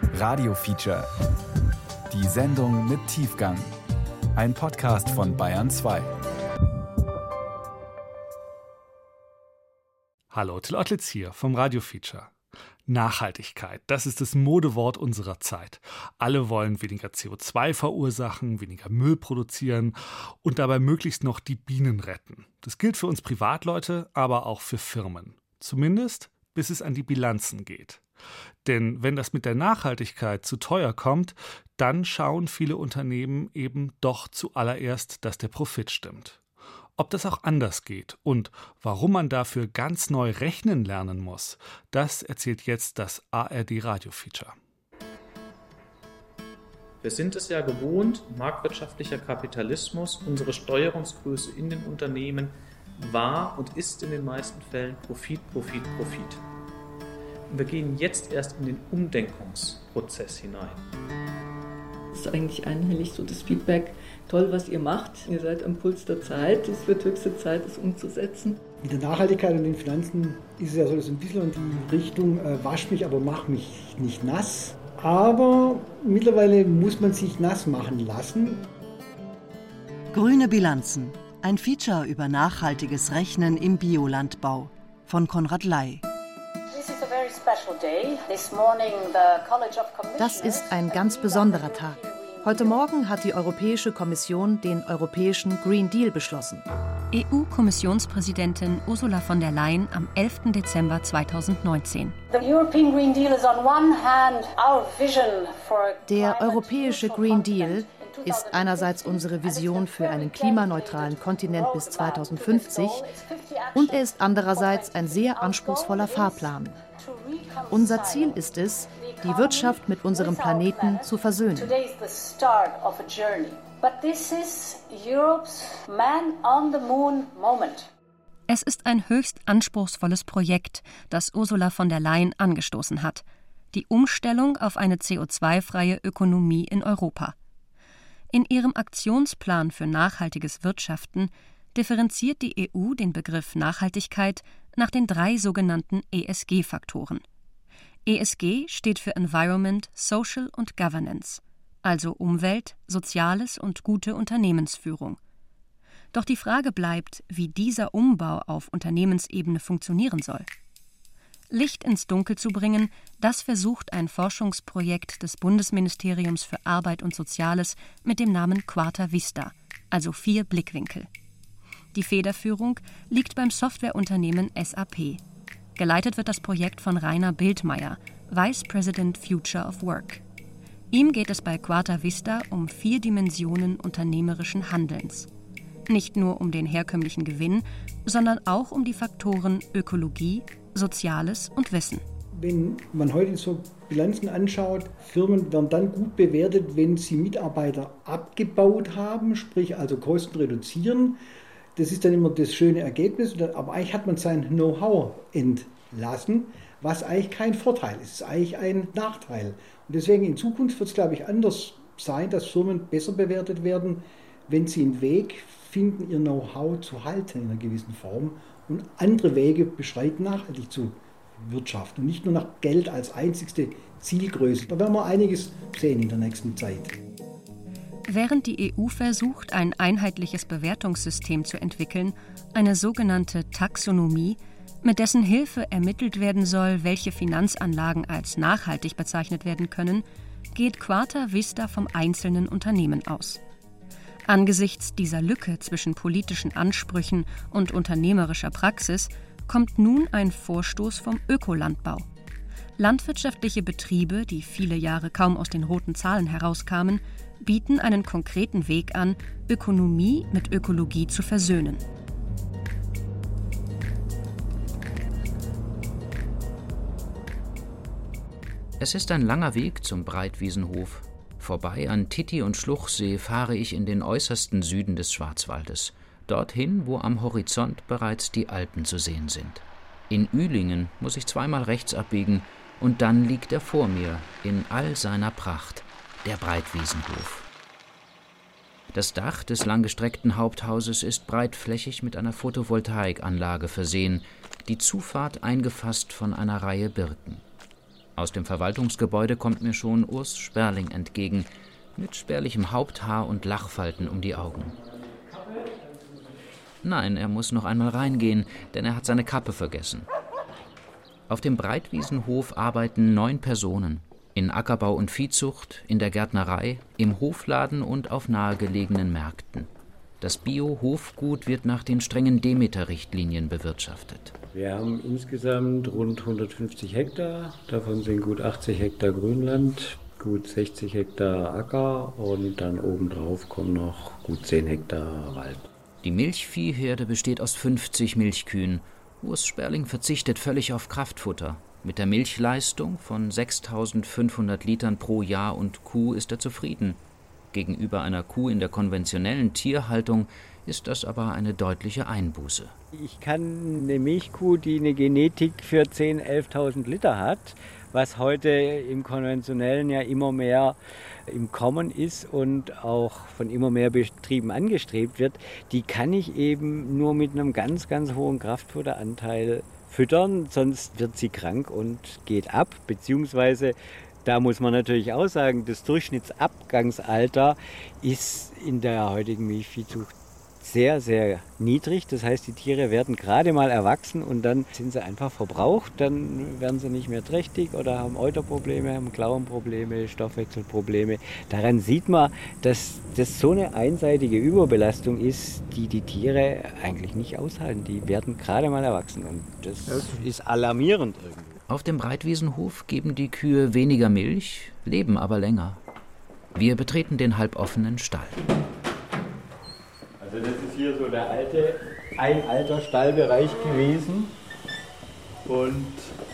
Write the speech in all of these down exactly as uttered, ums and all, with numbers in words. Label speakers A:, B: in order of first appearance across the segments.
A: Radio Feature. Die Sendung mit Tiefgang. Ein Podcast von Bayern zwei.
B: Hallo, Till Ottlitz hier vom Radio Feature. Nachhaltigkeit, das ist das Modewort unserer Zeit. Alle wollen weniger C O zwei verursachen, weniger Müll produzieren und dabei möglichst noch die Bienen retten. Das gilt für uns Privatleute, aber auch für Firmen. Zumindest, bis es an die Bilanzen geht. Denn wenn das mit der Nachhaltigkeit zu teuer kommt, dann schauen viele Unternehmen eben doch zuallererst, dass der Profit stimmt. Ob das auch anders geht und warum man dafür ganz neu rechnen lernen muss, das erzählt jetzt das A R D-Radio-Feature.
C: Wir sind es ja gewohnt, marktwirtschaftlicher Kapitalismus, unsere Steuerungsgröße in den Unternehmen war und ist in den meisten Fällen Profit, Profit, Profit. Und wir gehen jetzt erst in den Umdenkungsprozess hinein.
D: Es ist eigentlich einhellig so das Feedback, toll, was ihr macht. Ihr seid am Puls der Zeit. Es wird höchste Zeit, es umzusetzen.
E: Mit der Nachhaltigkeit und den Finanzen ist es ja so, dass ein bisschen in die Richtung äh, wasch mich, aber mach mich nicht nass. Aber mittlerweile muss man sich nass machen lassen.
F: Grüne Bilanzen. Ein Feature über nachhaltiges Rechnen im Biolandbau von Konrad Ley.
G: Das ist ein ganz besonderer Tag. Heute Morgen hat die Europäische Kommission den Europäischen Green Deal beschlossen.
H: E U-Kommissionspräsidentin Ursula von der Leyen am elften Dezember zweitausendneunzehn.
G: Der Europäische Green Deal ist einerseits unsere Vision für einen klimaneutralen Kontinent bis zweitausendfünfzig und er ist andererseits ein sehr anspruchsvoller Fahrplan. Unser Ziel ist es, die Wirtschaft mit unserem Planeten zu versöhnen.
H: Es ist ein höchst anspruchsvolles Projekt, das Ursula von der Leyen angestoßen hat. Die Umstellung auf eine C O zwei freie Ökonomie in Europa. In ihrem Aktionsplan für nachhaltiges Wirtschaften differenziert die E U den Begriff Nachhaltigkeit nach den drei sogenannten E S G-Faktoren. E S G steht für Environment, Social und Governance, also Umwelt, Soziales und gute Unternehmensführung. Doch die Frage bleibt, wie dieser Umbau auf Unternehmensebene funktionieren soll. Licht ins Dunkel zu bringen, das versucht ein Forschungsprojekt des Bundesministeriums für Arbeit und Soziales mit dem Namen Quarta Vista, also vier Blickwinkel. Die Federführung liegt beim Softwareunternehmen S A P. Geleitet wird das Projekt von Rainer Bildmeier, Vice President Future of Work. Ihm geht es bei Quarta Vista um vier Dimensionen unternehmerischen Handelns. Nicht nur um den herkömmlichen Gewinn, sondern auch um die Faktoren Ökologie, Soziales und Wissen.
E: Wenn man heute so Bilanzen anschaut, Firmen werden dann gut bewertet, wenn sie Mitarbeiter abgebaut haben, sprich also Kosten reduzieren. Das ist dann immer das schöne Ergebnis, aber eigentlich hat man sein Know-how entlassen, was eigentlich kein Vorteil ist, es ist eigentlich ein Nachteil. Und deswegen in Zukunft wird es, glaube ich, anders sein, dass Firmen besser bewertet werden, wenn sie einen Weg finden, ihr Know-how zu halten in einer gewissen Form und andere Wege beschreiten, nachhaltig zu wirtschaften und nicht nur nach Geld als einzigste Zielgröße. Da werden wir einiges sehen in der nächsten Zeit.
H: Während die E U versucht, ein einheitliches Bewertungssystem zu entwickeln, eine sogenannte Taxonomie, mit dessen Hilfe ermittelt werden soll, welche Finanzanlagen als nachhaltig bezeichnet werden können, geht Quarta Vista vom einzelnen Unternehmen aus. Angesichts dieser Lücke zwischen politischen Ansprüchen und unternehmerischer Praxis kommt nun ein Vorstoß vom Ökolandbau. Landwirtschaftliche Betriebe, die viele Jahre kaum aus den roten Zahlen herauskamen, bieten einen konkreten Weg an, Ökonomie mit Ökologie zu versöhnen.
I: Es ist ein langer Weg zum Breitwiesenhof. Vorbei an Titti und Schluchsee fahre ich in den äußersten Süden des Schwarzwaldes. Dorthin, wo am Horizont bereits die Alpen zu sehen sind. In Ühlingen muss ich zweimal rechts abbiegen und dann liegt er vor mir in all seiner Pracht, der Breitwiesenhof. Das Dach des langgestreckten Haupthauses ist breitflächig mit einer Photovoltaikanlage versehen, die Zufahrt eingefasst von einer Reihe Birken. Aus dem Verwaltungsgebäude kommt mir schon Urs Sperling entgegen, mit spärlichem Haupthaar und Lachfalten um die Augen. Nein, er muss noch einmal reingehen, denn er hat seine Kappe vergessen. Auf dem Breitwiesenhof arbeiten neun Personen. In Ackerbau und Viehzucht, in der Gärtnerei, im Hofladen und auf nahegelegenen Märkten. Das Bio-Hofgut wird nach den strengen Demeter-Richtlinien bewirtschaftet.
J: Wir haben insgesamt rund hundertfünfzig Hektar. Davon sind gut achtzig Hektar Grünland, gut sechzig Hektar Acker und dann obendrauf kommen noch gut zehn Hektar Wald.
I: Die Milchviehherde besteht aus fünfzig Milchkühen. Urs Sperling verzichtet völlig auf Kraftfutter. Mit der Milchleistung von sechstausendfünfhundert Litern pro Jahr und Kuh ist er zufrieden. Gegenüber einer Kuh in der konventionellen Tierhaltung ist das aber eine deutliche Einbuße.
J: Ich kann eine Milchkuh, die eine Genetik für zehntausend, elftausend Liter hat, was heute im Konventionellen ja immer mehr im Kommen ist und auch von immer mehr Betrieben angestrebt wird, die kann ich eben nur mit einem ganz, ganz hohen Kraftfutteranteil füttern, sonst wird sie krank und geht ab, beziehungsweise da muss man natürlich auch sagen, das Durchschnittsabgangsalter ist in der heutigen Milchviehzucht sehr, sehr niedrig. Das heißt, die Tiere werden gerade mal erwachsen und dann sind sie einfach verbraucht. Dann werden sie nicht mehr trächtig oder haben Euterprobleme, haben Klauenprobleme, Stoffwechselprobleme. Daran sieht man, dass das so eine einseitige Überbelastung ist, die die Tiere eigentlich nicht aushalten. Die werden gerade mal erwachsen und das ist alarmierend irgendwie.
I: Auf dem Breitwiesenhof geben die Kühe weniger Milch, leben aber länger. Wir betreten den halboffenen Stall.
J: Also das ist hier so der alte, ein alter Stallbereich gewesen und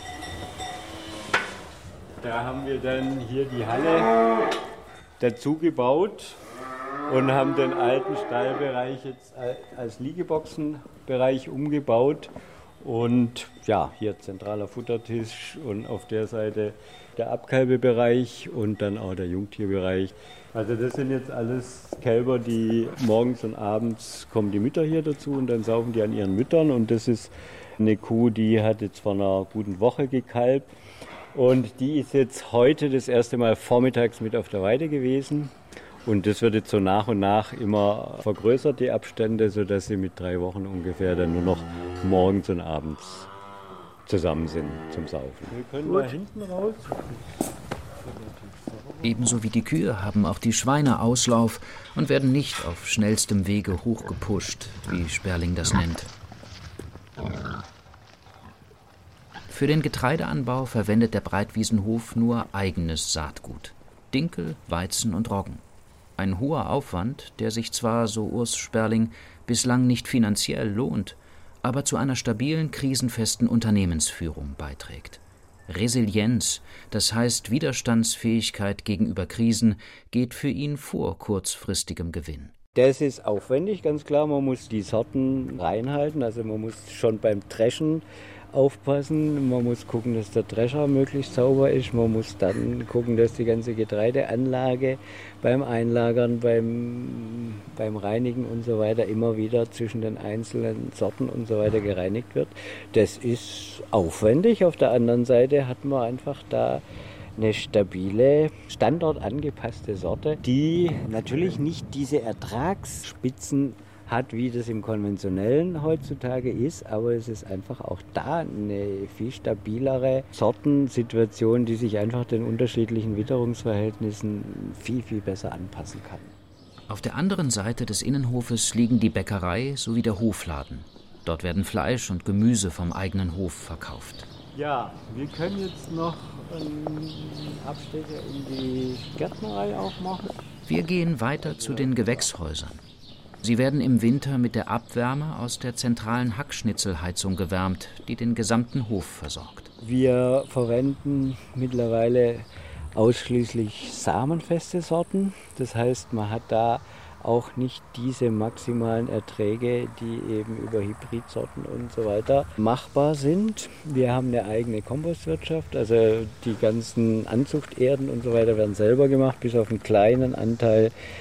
J: da haben wir dann hier die Halle dazu gebaut und haben den alten Stallbereich jetzt als Liegeboxenbereich umgebaut. Und ja, hier zentraler Futtertisch und auf der Seite der Abkalbebereich und dann auch der Jungtierbereich. Also das sind jetzt alles Kälber, die morgens und abends kommen die Mütter hier dazu und dann saufen die an ihren Müttern. Und das ist eine Kuh, die hat jetzt vor einer guten Woche gekalbt. Und die ist jetzt heute das erste Mal vormittags mit auf der Weide gewesen. Und das wird jetzt so nach und nach immer vergrößert, die Abstände, sodass sie mit drei Wochen ungefähr dann nur noch morgens und abends zusammen sind zum Saufen. Wir können mal hinten raus.
I: Ebenso wie die Kühe haben auch die Schweine Auslauf und werden nicht auf schnellstem Wege hochgepusht, wie Sperling das nennt. Für den Getreideanbau verwendet der Breitwiesenhof nur eigenes Saatgut: Dinkel, Weizen und Roggen. Ein hoher Aufwand, der sich zwar, so Urs Sperling, bislang nicht finanziell lohnt, aber zu einer stabilen, krisenfesten Unternehmensführung beiträgt. Resilienz, das heißt Widerstandsfähigkeit gegenüber Krisen, geht für ihn vor kurzfristigem Gewinn.
J: Das ist aufwendig, ganz klar. Man muss die Sorten reinhalten, also man muss schon beim Dreschen aufpassen. Man muss gucken, dass der Drescher möglichst sauber ist. Man muss dann gucken, dass die ganze Getreideanlage beim Einlagern, beim, beim Reinigen und so weiter immer wieder zwischen den einzelnen Sorten und so weiter gereinigt wird. Das ist aufwendig. Auf der anderen Seite hat man einfach da eine stabile, standortangepasste Sorte, die natürlich nicht diese Ertragsspitzen hat, wie das im Konventionellen heutzutage ist, aber es ist einfach auch da eine viel stabilere Sortensituation, die sich einfach den unterschiedlichen Witterungsverhältnissen viel, viel besser anpassen kann.
I: Auf der anderen Seite des Innenhofes liegen die Bäckerei sowie der Hofladen. Dort werden Fleisch und Gemüse vom eigenen Hof verkauft.
J: Ja, wir können jetzt noch einen Abstecher in die Gärtnerei auch machen.
I: Wir gehen weiter zu den Gewächshäusern. Sie werden im Winter mit der Abwärme aus der zentralen Hackschnitzelheizung gewärmt, die den gesamten Hof versorgt.
J: Wir verwenden mittlerweile ausschließlich samenfeste Sorten. Das heißt, man hat da auch nicht diese maximalen Erträge, die eben über Hybridsorten und so weiter machbar sind. Wir haben eine eigene Kompostwirtschaft, also die ganzen Anzuchterden und so weiter werden selber gemacht, bis auf einen kleinen Anteil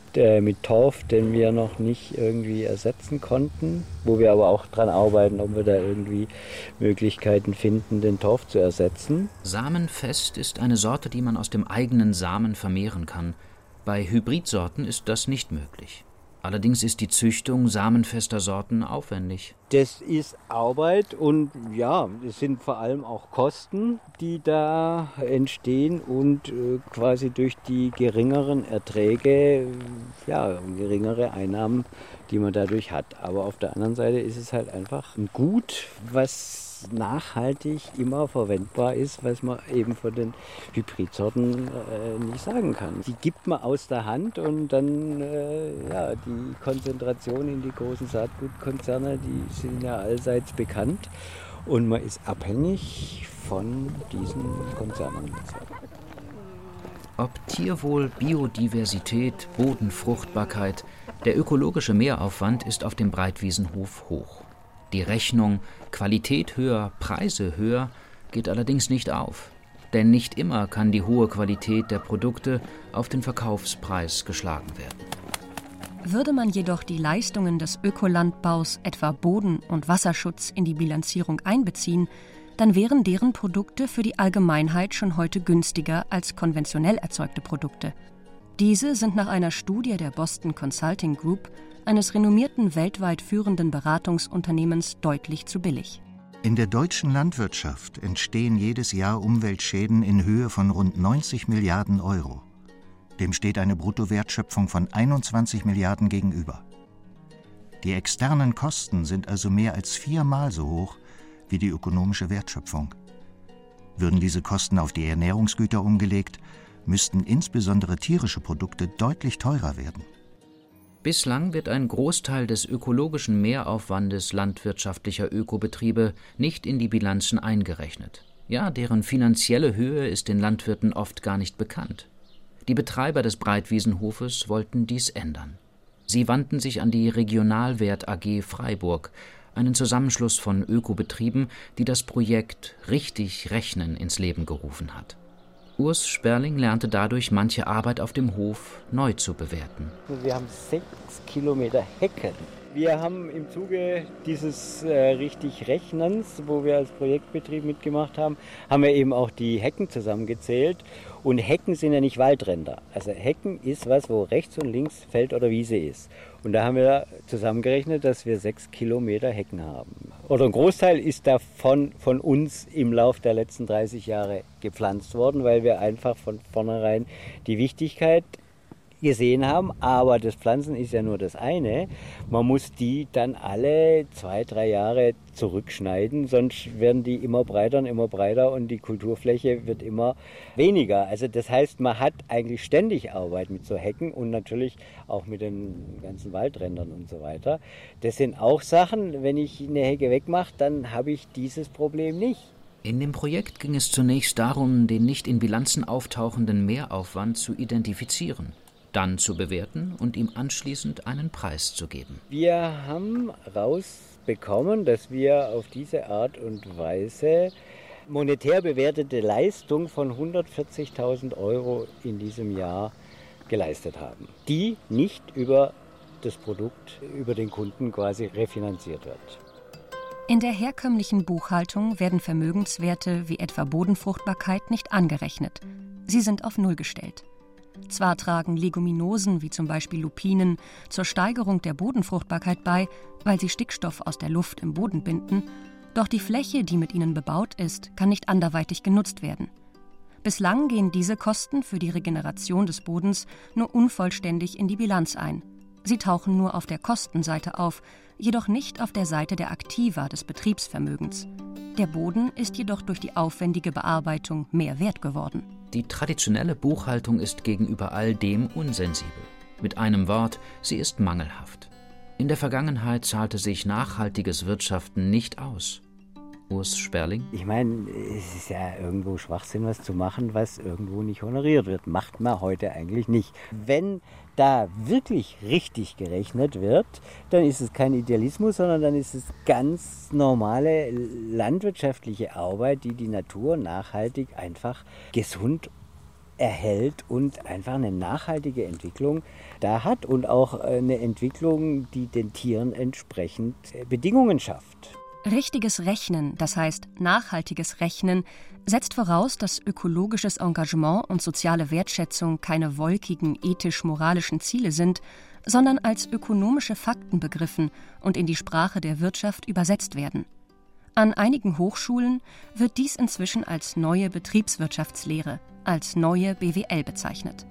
J: äh, mit Torf, den wir noch nicht irgendwie ersetzen konnten, wo wir aber auch dran arbeiten, ob wir da irgendwie Möglichkeiten finden, den Torf zu ersetzen.
I: Samenfest ist eine Sorte, die man aus dem eigenen Samen vermehren kann. Bei Hybridsorten ist das nicht möglich. Allerdings ist die Züchtung samenfester Sorten aufwendig.
J: Das ist Arbeit und ja, es sind vor allem auch Kosten, die da entstehen und äh, quasi durch die geringeren Erträge, ja, geringere Einnahmen, die man dadurch hat. Aber auf der anderen Seite ist es halt einfach ein Gut, was nachhaltig immer verwendbar ist, was man eben von den Hybridsorten äh, nicht sagen kann. Die gibt man aus der Hand und dann äh, ja, die Konzentration in die großen Saatgutkonzerne, die sind ja allseits bekannt und man ist abhängig von diesen Konzernen.
I: Ob Tierwohl, Biodiversität, Bodenfruchtbarkeit, der ökologische Mehraufwand ist auf dem Breitwiesenhof hoch. Die Rechnung Qualität höher, Preise höher geht allerdings nicht auf. Denn nicht immer kann die hohe Qualität der Produkte auf den Verkaufspreis geschlagen werden.
H: Würde man jedoch die Leistungen des Ökolandbaus, etwa Boden- und Wasserschutz, in die Bilanzierung einbeziehen, dann wären deren Produkte für die Allgemeinheit schon heute günstiger als konventionell erzeugte Produkte. Diese sind nach einer Studie der Boston Consulting Group, eines renommierten weltweit führenden Beratungsunternehmens, deutlich zu billig.
K: In der deutschen Landwirtschaft entstehen jedes Jahr Umweltschäden in Höhe von rund neunzig Milliarden Euro. Dem steht eine Bruttowertschöpfung von einundzwanzig Milliarden gegenüber. Die externen Kosten sind also mehr als viermal so hoch wie die ökonomische Wertschöpfung. Würden diese Kosten auf die Ernährungsgüter umgelegt, müssten insbesondere tierische Produkte deutlich teurer werden.
I: Bislang wird ein Großteil des ökologischen Mehraufwandes landwirtschaftlicher Ökobetriebe nicht in die Bilanzen eingerechnet. Ja, deren finanzielle Höhe ist den Landwirten oft gar nicht bekannt. Die Betreiber des Breitwiesenhofes wollten dies ändern. Sie wandten sich an die Regionalwert A G Freiburg, einen Zusammenschluss von Ökobetrieben, die das Projekt Richtig Rechnen ins Leben gerufen hat. Urs Sperling lernte dadurch, manche Arbeit auf dem Hof neu zu bewerten.
J: Wir haben sechs Kilometer Hecken. Wir haben im Zuge dieses äh, Richtig-Rechnens, wo wir als Projektbetrieb mitgemacht haben, haben wir eben auch die Hecken zusammengezählt. Und Hecken sind ja nicht Waldränder. Also Hecken ist was, wo rechts und links Feld oder Wiese ist. Und da haben wir zusammengerechnet, dass wir sechs Kilometer Hecken haben. Oder ein Großteil ist davon von uns im Lauf der letzten dreißig Jahre gepflanzt worden, weil wir einfach von vornherein die Wichtigkeit gesehen haben. Aber das Pflanzen ist ja nur das eine. Man muss die dann alle zwei, drei Jahre zurückschneiden, sonst werden die immer breiter und immer breiter und die Kulturfläche wird immer weniger. Also das heißt, man hat eigentlich ständig Arbeit mit so Hecken und natürlich auch mit den ganzen Waldrändern und so weiter. Das sind auch Sachen, wenn ich eine Hecke wegmache, dann habe ich dieses Problem nicht.
I: In dem Projekt ging es zunächst darum, den nicht in Bilanzen auftauchenden Mehraufwand zu identifizieren, dann zu bewerten und ihm anschließend einen Preis zu geben.
J: Wir haben rausbekommen, dass wir auf diese Art und Weise monetär bewertete Leistung von hundertvierzigtausend Euro in diesem Jahr geleistet haben, die nicht über das Produkt, über den Kunden quasi refinanziert wird.
H: In der herkömmlichen Buchhaltung werden Vermögenswerte wie etwa Bodenfruchtbarkeit nicht angerechnet. Sie sind auf Null gestellt. Zwar tragen Leguminosen wie zum Beispiel Lupinen zur Steigerung der Bodenfruchtbarkeit bei, weil sie Stickstoff aus der Luft im Boden binden, doch die Fläche, die mit ihnen bebaut ist, kann nicht anderweitig genutzt werden. Bislang gehen diese Kosten für die Regeneration des Bodens nur unvollständig in die Bilanz ein. Sie tauchen nur auf der Kostenseite auf, jedoch nicht auf der Seite der Aktiva des Betriebsvermögens. Der Boden ist jedoch durch die aufwendige Bearbeitung mehr wert geworden.
I: Die traditionelle Buchhaltung ist gegenüber all dem unsensibel. Mit einem Wort, sie ist mangelhaft. In der Vergangenheit zahlte sich nachhaltiges Wirtschaften nicht aus. Urs Sperling?
J: Ich meine, es ist ja irgendwo Schwachsinn, was zu machen, was irgendwo nicht honoriert wird. Macht man heute eigentlich nicht. Wenn da wirklich richtig gerechnet wird, dann ist es kein Idealismus, sondern dann ist es ganz normale landwirtschaftliche Arbeit, die die Natur nachhaltig einfach gesund erhält und einfach eine nachhaltige Entwicklung da hat und auch eine Entwicklung, die den Tieren entsprechend Bedingungen schafft.
H: Richtiges Rechnen, das heißt nachhaltiges Rechnen, setzt voraus, dass ökologisches Engagement und soziale Wertschätzung keine wolkigen ethisch-moralischen Ziele sind, sondern als ökonomische Fakten begriffen und in die Sprache der Wirtschaft übersetzt werden. An einigen Hochschulen wird dies inzwischen als neue Betriebswirtschaftslehre, als neue B W L bezeichnet.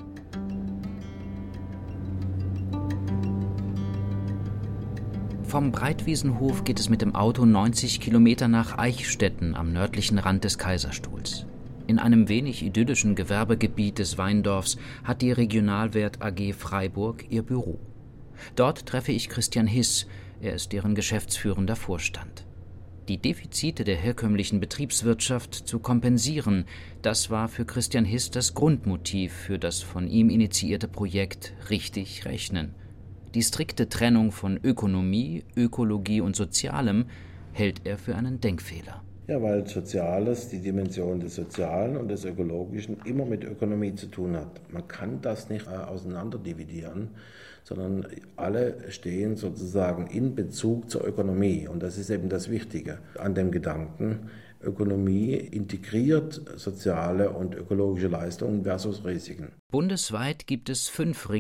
I: Vom Breitwiesenhof geht es mit dem Auto neunzig Kilometer nach Eichstätten am nördlichen Rand des Kaiserstuhls. In einem wenig idyllischen Gewerbegebiet des Weindorfs hat die Regionalwert A G Freiburg ihr Büro. Dort treffe ich Christian Hiss, er ist deren geschäftsführender Vorstand. Die Defizite der herkömmlichen Betriebswirtschaft zu kompensieren, das war für Christian Hiss das Grundmotiv für das von ihm initiierte Projekt Richtig Rechnen. Die strikte Trennung von Ökonomie, Ökologie und Sozialem hält er für einen Denkfehler.
L: Ja, weil Soziales, die Dimension des Sozialen und des Ökologischen immer mit Ökonomie zu tun hat. Man kann das nicht äh, auseinanderdividieren, sondern alle stehen sozusagen in Bezug zur Ökonomie. Und das ist eben das Wichtige an dem Gedanken. Ökonomie integriert soziale und ökologische Leistungen versus Risiken.
I: Bundesweit gibt es fünf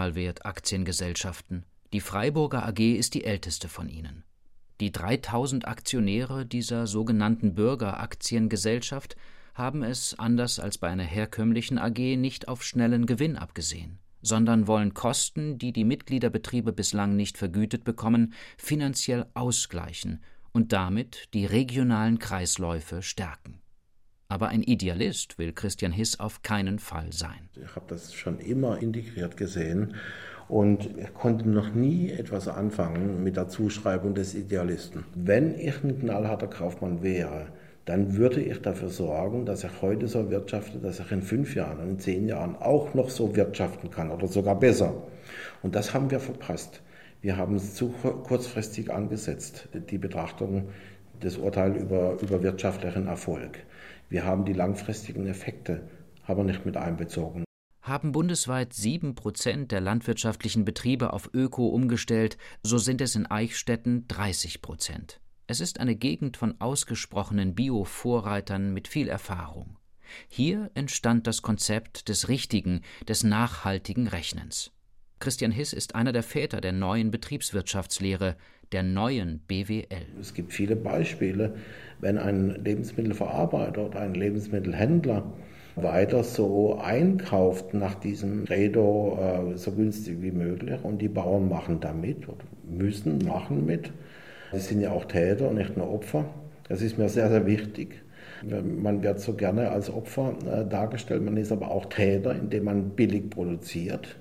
I: Regionalwert-Aktiengesellschaften. Die Freiburger A G ist die älteste von ihnen. Die dreitausend Aktionäre dieser sogenannten Bürgeraktiengesellschaft haben es, anders als bei einer herkömmlichen A G, nicht auf schnellen Gewinn abgesehen, sondern wollen Kosten, die die Mitgliederbetriebe bislang nicht vergütet bekommen, finanziell ausgleichen und damit die regionalen Kreisläufe stärken. Aber ein Idealist will Christian Hiss auf keinen Fall sein.
L: Ich habe das schon immer integriert gesehen und ich konnte noch nie etwas anfangen mit der Zuschreibung des Idealisten. Wenn ich ein knallharter Kaufmann wäre, dann würde ich dafür sorgen, dass ich heute so wirtschafte, dass ich in fünf Jahren und in zehn Jahren auch noch so wirtschaften kann oder sogar besser. Und das haben wir verpasst. Wir haben es zu kurzfristig angesetzt, die Betrachtung des Urteils über, über wirtschaftlichen Erfolg. Wir haben die langfristigen Effekte aber nicht mit einbezogen.
I: Haben bundesweit sieben Prozent der landwirtschaftlichen Betriebe auf Öko umgestellt, so sind es in Eichstätten dreißig Prozent. Es ist eine Gegend von ausgesprochenen Bio-Vorreitern mit viel Erfahrung. Hier entstand das Konzept des richtigen, des nachhaltigen Rechnens. Christian Hiss ist einer der Väter der neuen Betriebswirtschaftslehre, der neuen B W L.
L: Es gibt viele Beispiele, wenn ein Lebensmittelverarbeiter oder ein Lebensmittelhändler weiter so einkauft nach diesem Credo äh, so günstig wie möglich und die Bauern machen da mit oder müssen machen mit. Sie sind ja auch Täter und nicht nur Opfer. Das ist mir sehr, sehr wichtig. Man wird so gerne als Opfer äh, dargestellt, man ist aber auch Täter, indem man billig produziert.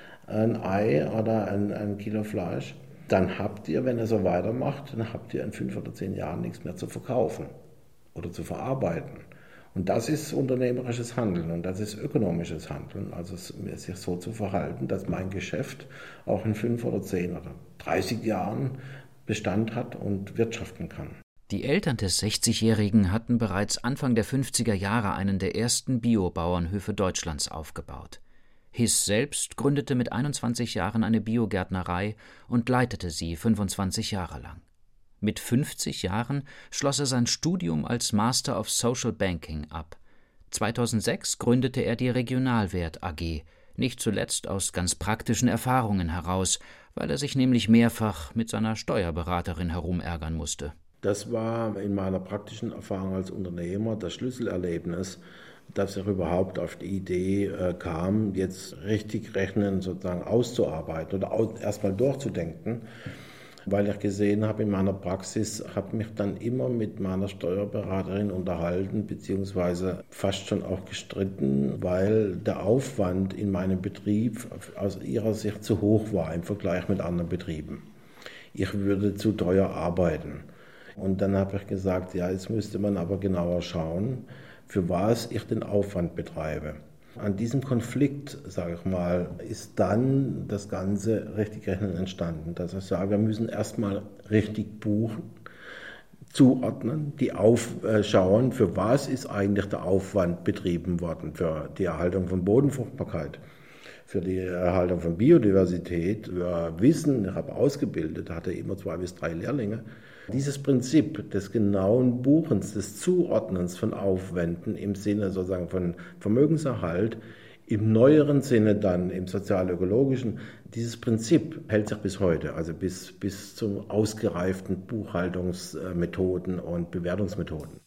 L: Ein Ei oder ein, ein Kilo Fleisch, dann habt ihr, wenn ihr so weitermacht, dann habt ihr in fünf oder zehn Jahren nichts mehr zu verkaufen oder zu verarbeiten. Und das ist unternehmerisches Handeln und das ist ökonomisches Handeln, also sich so zu verhalten, dass mein Geschäft auch in fünf oder zehn oder dreißig Jahren Bestand hat und wirtschaften kann.
I: Die Eltern des sechzigjährigen hatten bereits Anfang der fünfziger Jahre einen der ersten Biobauernhöfe Deutschlands aufgebaut. Hiss selbst gründete mit einundzwanzig Jahren eine Biogärtnerei und leitete sie fünfundzwanzig Jahre lang. Mit fünfzig Jahren schloss er sein Studium als Master of Social Banking ab. zweitausendsechs gründete er die Regionalwert A G, nicht zuletzt aus ganz praktischen Erfahrungen heraus, weil er sich nämlich mehrfach mit seiner Steuerberaterin herumärgern musste.
L: Das war in meiner praktischen Erfahrung als Unternehmer das Schlüsselerlebnis, dass ich überhaupt auf die Idee äh, kam, jetzt richtig Rechnen sozusagen auszuarbeiten oder aus, erstmal durchzudenken, weil ich gesehen habe in meiner Praxis, habe mich dann immer mit meiner Steuerberaterin unterhalten, beziehungsweise fast schon auch gestritten, weil der Aufwand in meinem Betrieb aus ihrer Sicht zu hoch war im Vergleich mit anderen Betrieben. Ich würde zu teuer arbeiten. Und dann habe ich gesagt, ja, jetzt müsste man aber genauer schauen, für was ich den Aufwand betreibe. An diesem Konflikt, sage ich mal, ist dann das ganze richtig Rechnen entstanden. Dass ich sage, wir müssen erstmal richtig buchen, zuordnen, die aufschauen, für was ist eigentlich der Aufwand betrieben worden, für die Erhaltung von Bodenfruchtbarkeit, für die Erhaltung von Biodiversität, für Wissen. Ich habe ausgebildet, hatte immer zwei bis drei Lehrlinge. Dieses Prinzip des genauen Buchens, des Zuordnens von Aufwänden im Sinne sozusagen von Vermögenserhalt, im neueren Sinne dann, im sozial-ökologischen, dieses Prinzip hält sich bis heute, also bis, bis zu ausgereiften Buchhaltungsmethoden und Bewertungsmethoden.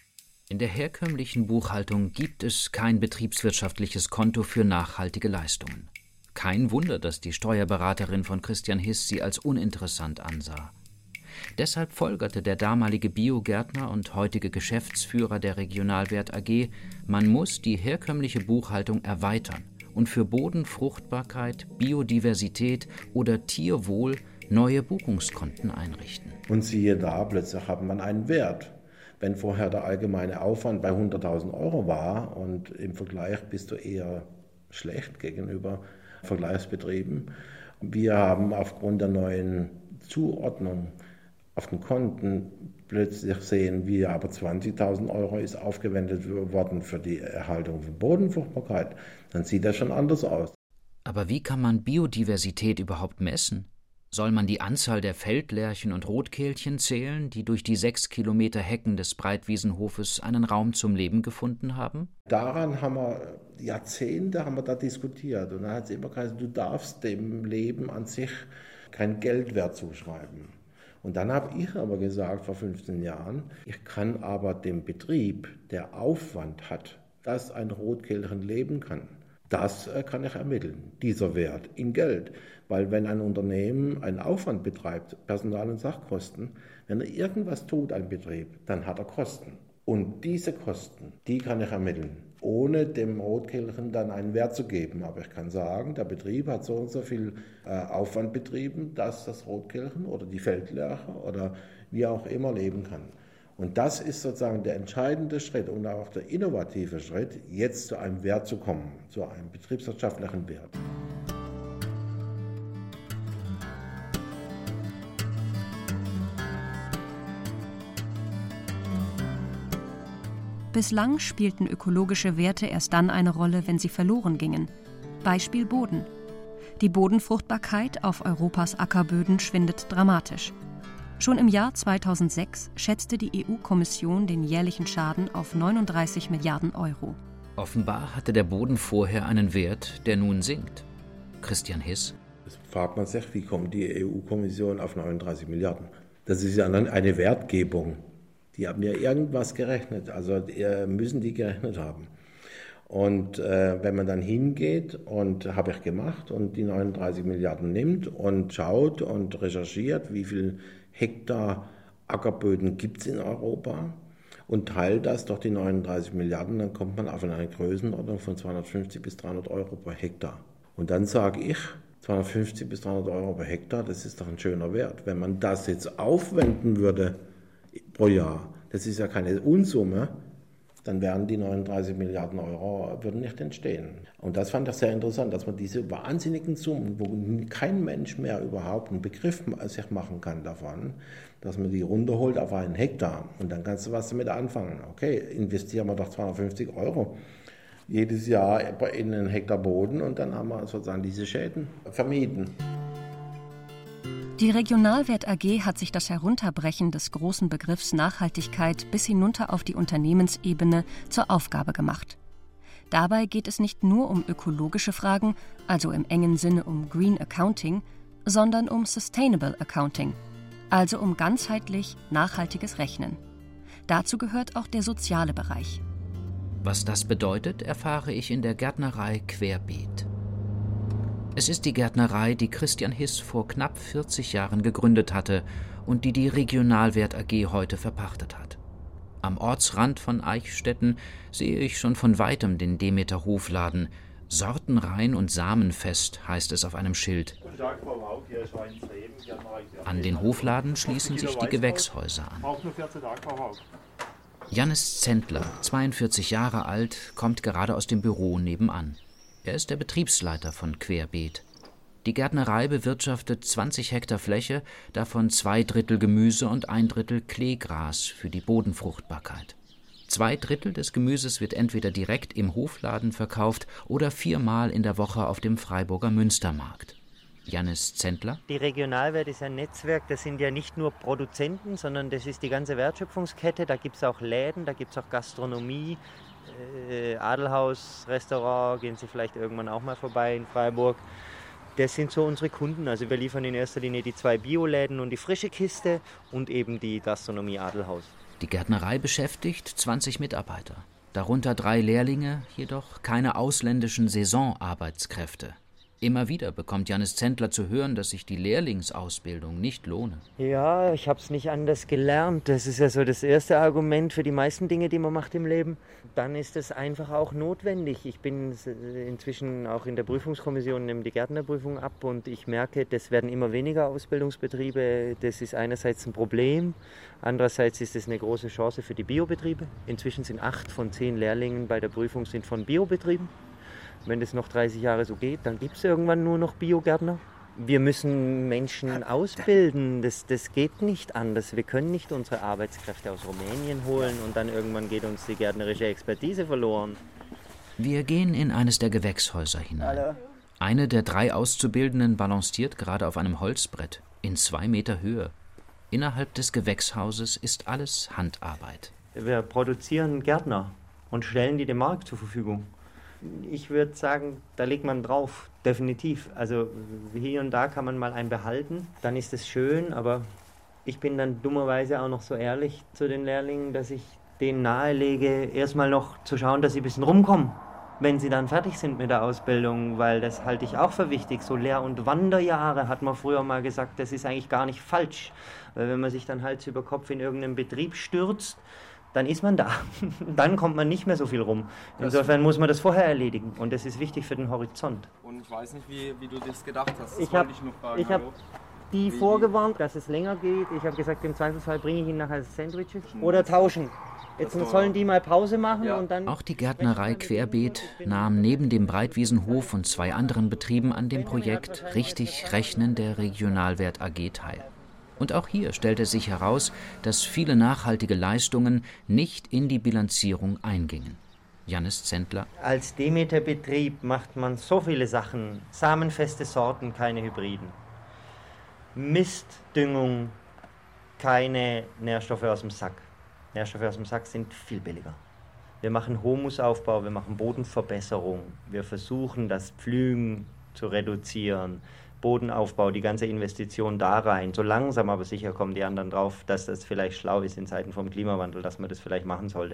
I: In der herkömmlichen Buchhaltung gibt es kein betriebswirtschaftliches Konto für nachhaltige Leistungen. Kein Wunder, dass die Steuerberaterin von Christian Hiss sie als uninteressant ansah. Deshalb folgerte der damalige Biogärtner und heutige Geschäftsführer der Regionalwert A G, man muss die herkömmliche Buchhaltung erweitern und für Bodenfruchtbarkeit, Biodiversität oder Tierwohl neue Buchungskonten einrichten.
L: Und siehe da, plötzlich hat man einen Wert. Wenn vorher der allgemeine Aufwand bei hunderttausend Euro war und im Vergleich bist du eher schlecht gegenüber Vergleichsbetrieben. Wir haben aufgrund der neuen Zuordnung auf den Konten plötzlich sehen wir, aber zwanzigtausend Euro ist aufgewendet worden für die Erhaltung von Bodenfruchtbarkeit. Dann sieht das schon anders aus.
I: Aber wie kann man Biodiversität überhaupt messen? Soll man die Anzahl der Feldlerchen und Rotkehlchen zählen, die durch die sechs Kilometer Hecken des Breitwiesenhofes einen Raum zum Leben gefunden haben?
L: Daran haben wir Jahrzehnte haben wir da diskutiert. Und dann hat es immer gesagt, du darfst dem Leben an sich kein Geldwert zuschreiben. Und dann habe ich aber gesagt, vor fünfzehn Jahren, ich kann aber dem Betrieb, der Aufwand hat, dass ein Rotkehlchen leben kann, das kann ich ermitteln, dieser Wert in Geld. Weil wenn ein Unternehmen einen Aufwand betreibt, Personal- und Sachkosten, wenn er irgendwas tut, ein Betrieb, dann hat er Kosten. Und diese Kosten, die kann ich ermitteln, ohne dem Rotkehlchen dann einen Wert zu geben. Aber ich kann sagen, der Betrieb hat so und so viel äh, Aufwand betrieben, dass das Rotkehlchen oder die Feldlerche oder wie auch immer leben kann. Und das ist sozusagen der entscheidende Schritt und auch der innovative Schritt, jetzt zu einem Wert zu kommen, zu einem betriebswirtschaftlichen Wert.
H: Bislang spielten ökologische Werte erst dann eine Rolle, wenn sie verloren gingen. Beispiel Boden. Die Bodenfruchtbarkeit auf Europas Ackerböden schwindet dramatisch. Schon im Jahr zweitausendsechs schätzte die E U-Kommission den jährlichen Schaden auf neununddreißig Milliarden Euro.
I: Offenbar hatte der Boden vorher einen Wert, der nun sinkt. Christian Hiss.
L: Jetzt fragt man sich, wie kommt die E U-Kommission auf neununddreißig Milliarden? Das ist ja dann eine Wertgebung. Die haben ja irgendwas gerechnet, also müssen die gerechnet haben. Und äh, wenn man dann hingeht, und habe ich gemacht, und die neununddreißig Milliarden nimmt und schaut und recherchiert, wie viel Hektar Ackerböden gibt es in Europa und teilt das durch die neununddreißig Milliarden, dann kommt man auf eine Größenordnung von zweihundertfünfzig bis dreihundert Euro pro Hektar. Und dann sage ich, zweihundertfünfzig bis dreihundert Euro pro Hektar, das ist doch ein schöner Wert. Wenn man das jetzt aufwenden würde pro Jahr, das ist ja keine Unsumme, dann wären die neununddreißig Milliarden Euro würden nicht entstehen. Und das fand ich sehr interessant, dass man diese wahnsinnigen Summen, wo kein Mensch mehr überhaupt einen Begriff sich machen kann davon, dass man die runterholt auf einen Hektar und dann kannst du was damit anfangen. Okay, investieren wir doch zweihundertfünfzig Euro jedes Jahr in einen Hektar Boden und dann haben wir sozusagen diese Schäden vermieden.
H: Die Regionalwert A G hat sich das Herunterbrechen des großen Begriffs Nachhaltigkeit bis hinunter auf die Unternehmensebene zur Aufgabe gemacht. Dabei geht es nicht nur um ökologische Fragen, also im engen Sinne um Green Accounting, sondern um Sustainable Accounting, also um ganzheitlich nachhaltiges Rechnen. Dazu gehört auch der soziale Bereich.
I: Was das bedeutet, erfahre ich in der Gärtnerei Querbeet. Es ist die Gärtnerei, die Christian Hiss vor knapp vierzig Jahren gegründet hatte und die die Regionalwert A G heute verpachtet hat. Am Ortsrand von Eichstätten sehe ich schon von weitem den Demeter-Hofladen. Sortenrein und samenfest heißt es auf einem Schild. An den Hofladen schließen sich die Gewächshäuser an. Jannis Zentler, zweiundvierzig Jahre alt, kommt gerade aus dem Büro nebenan. Er ist der Betriebsleiter von Querbeet. Die Gärtnerei bewirtschaftet zwanzig Hektar Fläche, davon zwei Drittel Gemüse und ein Drittel Kleegras für die Bodenfruchtbarkeit. Zwei Drittel des Gemüses wird entweder direkt im Hofladen verkauft oder viermal in der Woche auf dem Freiburger Münstermarkt. Jannis Zentler.
M: Die Regionalwert ist ein Netzwerk, das sind ja nicht nur Produzenten, sondern das ist die ganze Wertschöpfungskette. Da gibt es auch Läden, da gibt es auch Gastronomie, äh, Adelhaus, Restaurant, gehen Sie vielleicht irgendwann auch mal vorbei in Freiburg. Das sind so unsere Kunden. Also wir liefern in erster Linie die zwei Bioläden und die frische Kiste und eben die Gastronomie Adelhaus.
I: Die Gärtnerei beschäftigt zwanzig Mitarbeiter, darunter drei Lehrlinge, jedoch keine ausländischen Saisonarbeitskräfte. Immer wieder bekommt Jannis Zentler zu hören, dass sich die Lehrlingsausbildung nicht lohne.
M: Ja, ich habe es nicht anders gelernt. Das ist ja so das erste Argument für die meisten Dinge, die man macht im Leben. Dann ist es einfach auch notwendig. Ich bin inzwischen auch in der Prüfungskommission, nehme die Gärtnerprüfung ab und ich merke, das werden immer weniger Ausbildungsbetriebe. Das ist einerseits ein Problem, andererseits ist es eine große Chance für die Biobetriebe. Inzwischen sind acht von zehn Lehrlingen bei der Prüfung sind von Biobetrieben. Wenn das noch dreißig Jahre so geht, dann gibt es irgendwann nur noch Biogärtner. Wir müssen Menschen ausbilden, das, das geht nicht anders. Wir können nicht unsere Arbeitskräfte aus Rumänien holen und dann irgendwann geht uns die gärtnerische Expertise verloren.
I: Wir gehen in eines der Gewächshäuser hinein. Hallo. Eine der drei Auszubildenden balanciert gerade auf einem Holzbrett in zwei Meter Höhe. Innerhalb des Gewächshauses ist alles Handarbeit.
M: Wir produzieren Gärtner und stellen die dem Markt zur Verfügung. Ich würde sagen, da legt man drauf, definitiv. Also hier und da kann man mal einen behalten, dann ist es schön, aber ich bin dann dummerweise auch noch so ehrlich zu den Lehrlingen, dass ich denen nahelege, erstmal noch zu schauen, dass sie ein bisschen rumkommen, wenn sie dann fertig sind mit der Ausbildung, weil das halte ich auch für wichtig. So Lehr- und Wanderjahre hat man früher mal gesagt, das ist eigentlich gar nicht falsch, weil wenn man sich dann Hals über Kopf in irgendeinen Betrieb stürzt, dann ist man da. Dann kommt man nicht mehr so viel rum. Insofern muss man das vorher erledigen und das ist wichtig für den Horizont.
N: Und ich weiß nicht, wie, wie du das gedacht hast. Das
M: ich habe hab die wie, vorgewarnt, dass es länger geht. Ich habe gesagt, im Zweifelsfall bringe ich ihn nachher Sandwiches oder tauschen. Jetzt sollen die mal Pause machen ja. und dann...
I: Auch die Gärtnerei Querbeet nahm neben dem Breitwiesenhof und zwei anderen Betrieben an dem Projekt Richtig Rechnen der Regionalwert A G teil. Und auch hier stellte sich heraus, dass viele nachhaltige Leistungen nicht in die Bilanzierung eingingen. Jannis Zentler.
M: Als Demeter-Betrieb macht man so viele Sachen. Samenfeste Sorten, keine Hybriden. Mistdüngung, keine Nährstoffe aus dem Sack. Nährstoffe aus dem Sack sind viel billiger. Wir machen Humusaufbau, wir machen Bodenverbesserung. Wir versuchen, das Pflügen zu reduzieren. Bodenaufbau, die ganze Investition da rein. So langsam aber sicher kommen die anderen drauf, dass das vielleicht schlau ist in Zeiten vom Klimawandel, dass man das vielleicht machen sollte.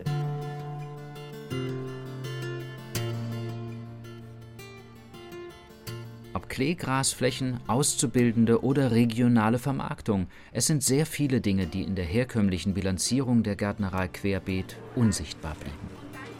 I: Ob Kleegrasflächen, Auszubildende oder regionale Vermarktung, es sind sehr viele Dinge, die in der herkömmlichen Bilanzierung der Gärtnerei Querbeet unsichtbar blieben.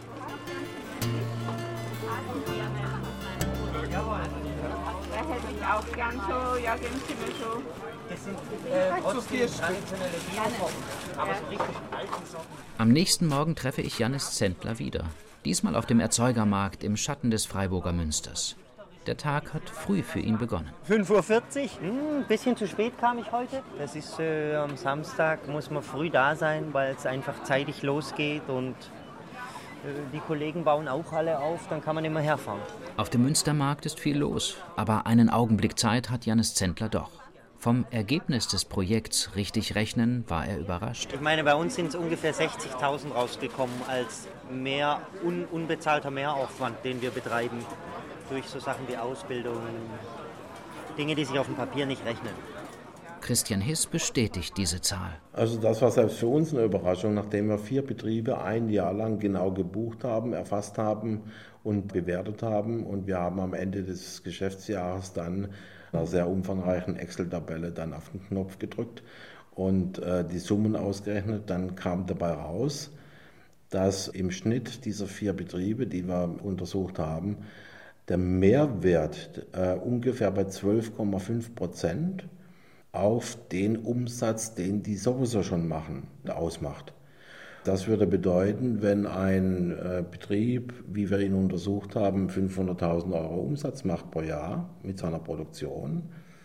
O: Auch gern so, ja, geben Sie mir so.
M: Das sind äh, trotzdem traditionelle Biosorten, aber so richtig alte Sorten.
I: Am nächsten Morgen treffe ich Jannis Zentler wieder. Diesmal auf dem Erzeugermarkt im Schatten des Freiburger Münsters. Der Tag hat früh für ihn begonnen.
M: fünf Uhr vierzig, hm, ein bisschen zu spät kam ich heute. Das ist äh, am Samstag, muss man früh da sein, weil es einfach zeitig losgeht und die Kollegen bauen auch alle auf, dann kann man immer herfahren.
I: Auf dem Münstermarkt ist viel los, aber einen Augenblick Zeit hat Jannis Zentler doch. Vom Ergebnis des Projekts Richtig Rechnen war er überrascht.
M: Ich meine, bei uns sind es ungefähr sechzigtausend rausgekommen als mehr un- unbezahlter Mehraufwand, den wir betreiben. Durch so Sachen wie Ausbildung, Dinge, die sich auf dem Papier nicht rechnen.
I: Christian Hiss bestätigt diese Zahl.
L: Also das war selbst für uns eine Überraschung, nachdem wir vier Betriebe ein Jahr lang genau gebucht haben, erfasst haben und bewertet haben. Und wir haben am Ende des Geschäftsjahres dann einer sehr umfangreichen Excel-Tabelle dann auf den Knopf gedrückt und äh, die Summen ausgerechnet. Dann kam dabei raus, dass im Schnitt dieser vier Betriebe, die wir untersucht haben, der Mehrwert äh, ungefähr bei zwölf Komma fünf Prozent auf den Umsatz, den die sowieso schon machen, ausmacht. Das würde bedeuten, wenn ein äh, Betrieb, wie wir ihn untersucht haben, fünfhunderttausend Euro Umsatz macht pro Jahr mit seiner Produktion,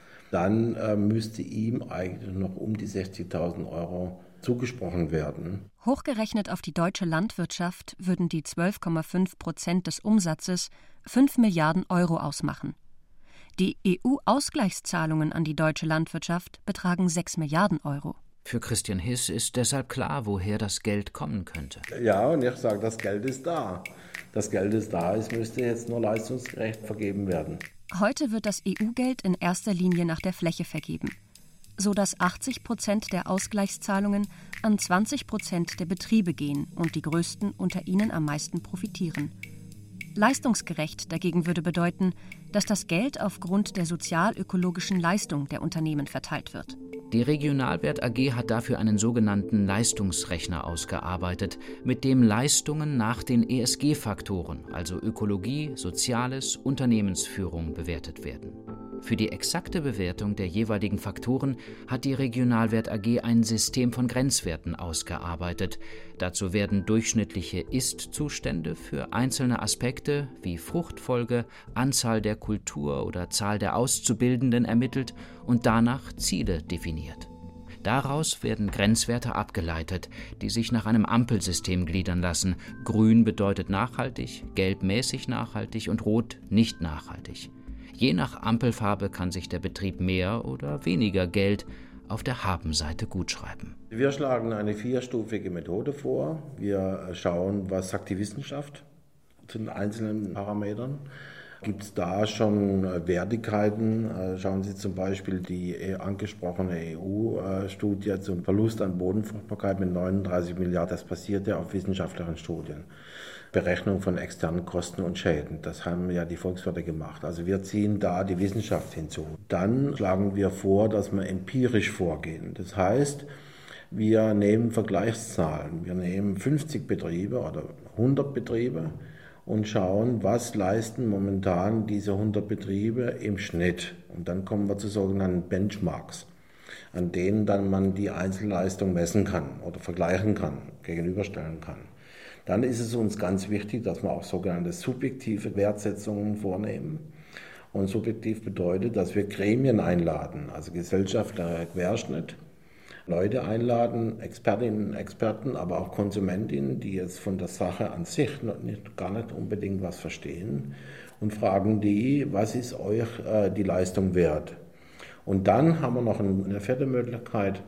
L: dann äh, müsste ihm eigentlich noch um die sechzigtausend Euro zugesprochen werden.
H: Hochgerechnet auf die deutsche Landwirtschaft würden die zwölf Komma fünf Prozent des Umsatzes fünf Milliarden Euro ausmachen. Die E U-Ausgleichszahlungen an die deutsche Landwirtschaft betragen sechs Milliarden Euro.
I: Für Christian Hiss ist deshalb klar, woher das Geld kommen könnte.
L: Ja, und ich sage, das Geld ist da. Das Geld ist da, es müsste jetzt nur leistungsgerecht vergeben werden.
H: Heute wird das E U-Geld in erster Linie nach der Fläche vergeben, sodass achtzig Prozent der Ausgleichszahlungen an zwanzig Prozent der Betriebe gehen und die größten unter ihnen am meisten profitieren. Leistungsgerecht dagegen würde bedeuten, dass das Geld aufgrund der sozialökologischen Leistung der Unternehmen verteilt wird.
I: Die Regionalwert A G hat dafür einen sogenannten Leistungsrechner ausgearbeitet, mit dem Leistungen nach den E S G-Faktoren, also Ökologie, Soziales, Unternehmensführung, bewertet werden. Für die exakte Bewertung der jeweiligen Faktoren hat die Regionalwert A G ein System von Grenzwerten ausgearbeitet. Dazu werden durchschnittliche Ist-Zustände für einzelne Aspekte wie Fruchtfolge, Anzahl der Kultur oder Zahl der Auszubildenden ermittelt und danach Ziele definiert. Daraus werden Grenzwerte abgeleitet, die sich nach einem Ampelsystem gliedern lassen. Grün bedeutet nachhaltig, gelb mäßig nachhaltig und rot nicht nachhaltig. Je nach Ampelfarbe kann sich der Betrieb mehr oder weniger Geld auf der Habenseite gutschreiben.
L: Wir schlagen eine vierstufige Methode vor. Wir schauen, was sagt die Wissenschaft zu den einzelnen Parametern. Gibt es da schon Wertigkeiten? Schauen Sie zum Beispiel die angesprochene E U-Studie zum Verlust an Bodenfruchtbarkeit mit neununddreißig Milliarden. Das basiert ja auf wissenschaftlichen Studien. Berechnung von externen Kosten und Schäden. Das haben ja die Volkswirte gemacht. Also wir ziehen da die Wissenschaft hinzu. Dann schlagen wir vor, dass wir empirisch vorgehen. Das heißt, wir nehmen Vergleichszahlen. Wir nehmen fünfzig Betriebe oder hundert Betriebe und schauen, was leisten momentan diese hundert Betriebe im Schnitt. Und dann kommen wir zu sogenannten Benchmarks, an denen dann man die Einzelleistung messen kann oder vergleichen kann, gegenüberstellen kann. Dann ist es uns ganz wichtig, dass wir auch sogenannte subjektive Wertsetzungen vornehmen. Und subjektiv bedeutet, dass wir Gremien einladen, also gesellschaftlicher Querschnitt, Leute einladen, Expertinnen, Experten, aber auch Konsumentinnen, die jetzt von der Sache an sich noch nicht, gar nicht unbedingt was verstehen, und fragen die, was ist euch äh, die Leistung wert? Und dann haben wir noch eine vierte Möglichkeit,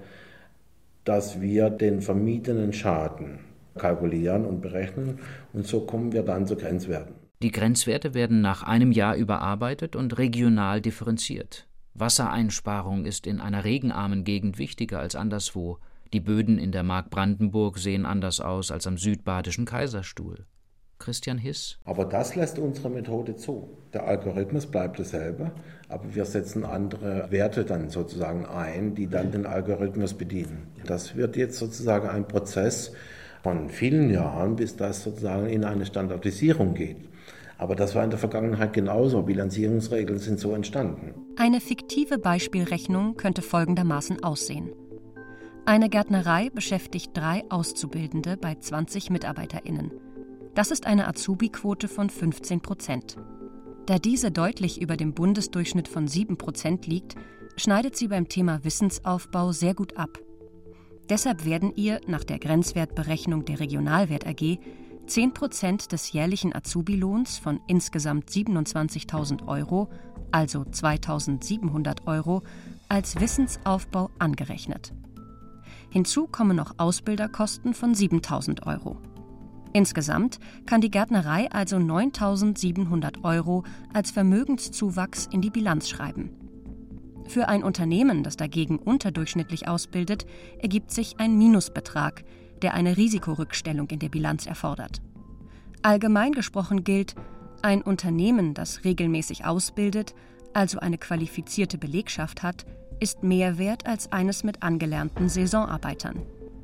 L: dass wir den vermiedenen Schaden kalkulieren und berechnen, und so kommen wir dann zu Grenzwerten.
I: Die Grenzwerte werden nach einem Jahr überarbeitet und regional differenziert. Wassereinsparung ist in einer regenarmen Gegend wichtiger als anderswo. Die Böden in der Mark Brandenburg sehen anders aus als am südbadischen Kaiserstuhl. Christian Hiss.
L: Aber das lässt unsere Methode zu. Der Algorithmus bleibt dasselbe, aber wir setzen andere Werte dann sozusagen ein, die dann den Algorithmus bedienen. Das wird jetzt sozusagen ein Prozess von vielen Jahren, bis das sozusagen in eine Standardisierung geht. Aber das war in der Vergangenheit genauso. Bilanzierungsregeln sind so entstanden.
H: Eine fiktive Beispielrechnung könnte folgendermaßen aussehen. Eine Gärtnerei beschäftigt drei Auszubildende bei zwanzig MitarbeiterInnen. Das ist eine Azubi-Quote von fünfzehn Prozent. Da diese deutlich über dem Bundesdurchschnitt von sieben Prozent liegt, schneidet sie beim Thema Wissensaufbau sehr gut ab. Deshalb werden ihr nach der Grenzwertberechnung der Regionalwert A G zehn Prozent des jährlichen Azubi-Lohns von insgesamt siebenundzwanzigtausend Euro, also zweitausendsiebenhundert Euro, als Wissensaufbau angerechnet. Hinzu kommen noch Ausbilderkosten von siebentausend Euro. Insgesamt kann die Gärtnerei also neuntausendsiebenhundert Euro als Vermögenszuwachs in die Bilanz schreiben. Für ein Unternehmen, das dagegen unterdurchschnittlich ausbildet, ergibt sich ein Minusbetrag, der eine Risikorückstellung in der Bilanz erfordert. Allgemein gesprochen gilt, ein Unternehmen, das regelmäßig ausbildet, also eine qualifizierte Belegschaft hat, ist mehr wert als eines mit angelernten Saisonarbeitern.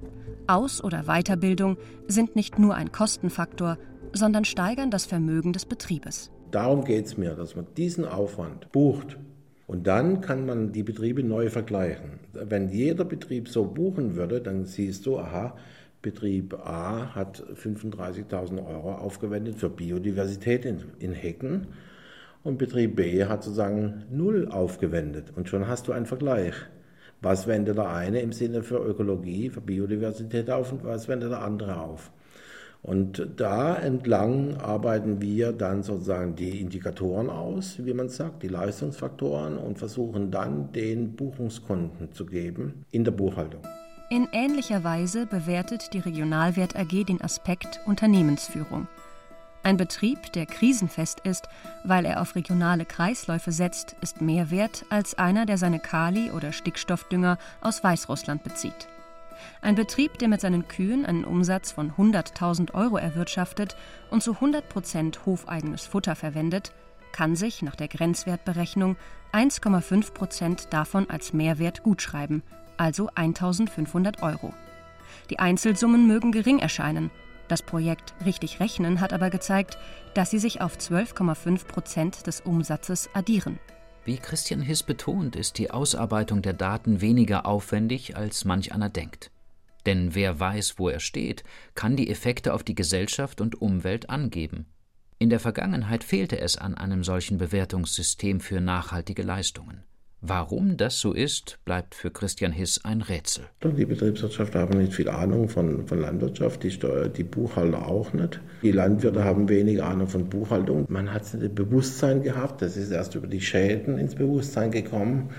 H: Aus- oder Weiterbildung sind nicht nur ein Kostenfaktor, sondern steigern das Vermögen des Betriebes.
L: Darum geht es mir, dass man diesen Aufwand bucht. Und dann kann man die Betriebe neu vergleichen. Wenn jeder Betrieb so buchen würde, dann siehst du, aha, Betrieb A hat fünfunddreißigtausend Euro aufgewendet für Biodiversität in, in Hecken und Betrieb B hat sozusagen null aufgewendet. Und schon hast du einen Vergleich. Was wendet der eine im Sinne für Ökologie, für Biodiversität auf und was wendet der andere auf? Und da entlang arbeiten wir dann sozusagen die Indikatoren aus, wie man sagt, die Leistungsfaktoren und versuchen dann den Buchungskonten zu geben in der Buchhaltung.
H: In ähnlicher Weise bewertet die Regionalwert A G den Aspekt Unternehmensführung. Ein Betrieb, der krisenfest ist, weil er auf regionale Kreisläufe setzt, ist mehr wert als einer, der seine Kali- oder Stickstoffdünger aus Weißrussland bezieht. Ein Betrieb, der mit seinen Kühen einen Umsatz von hunderttausend Euro erwirtschaftet und zu hundert Prozent hofeigenes Futter verwendet, kann sich nach der Grenzwertberechnung eins Komma fünf Prozent davon als Mehrwert gutschreiben, also eintausendfünfhundert Euro. Die Einzelsummen mögen gering erscheinen. Das Projekt Richtig Rechnen hat aber gezeigt, dass sie sich auf zwölf Komma fünf Prozent des Umsatzes addieren.
I: Wie Christian Hiss betont, ist die Ausarbeitung der Daten weniger aufwendig, als manch einer denkt. Denn wer weiß, wo er steht, kann die Effekte auf die Gesellschaft und Umwelt angeben. In der Vergangenheit fehlte es an einem solchen Bewertungssystem für nachhaltige Leistungen. Warum das so ist, bleibt für Christian Hiss ein Rätsel.
L: Die Betriebswirtschaft haben nicht viel Ahnung von, von Landwirtschaft, die, Steuer, die Buchhalter auch nicht. Die Landwirte haben wenig Ahnung von Buchhaltung. Man hat es nicht im Bewusstsein gehabt, das ist erst über die Schäden ins Bewusstsein gekommen,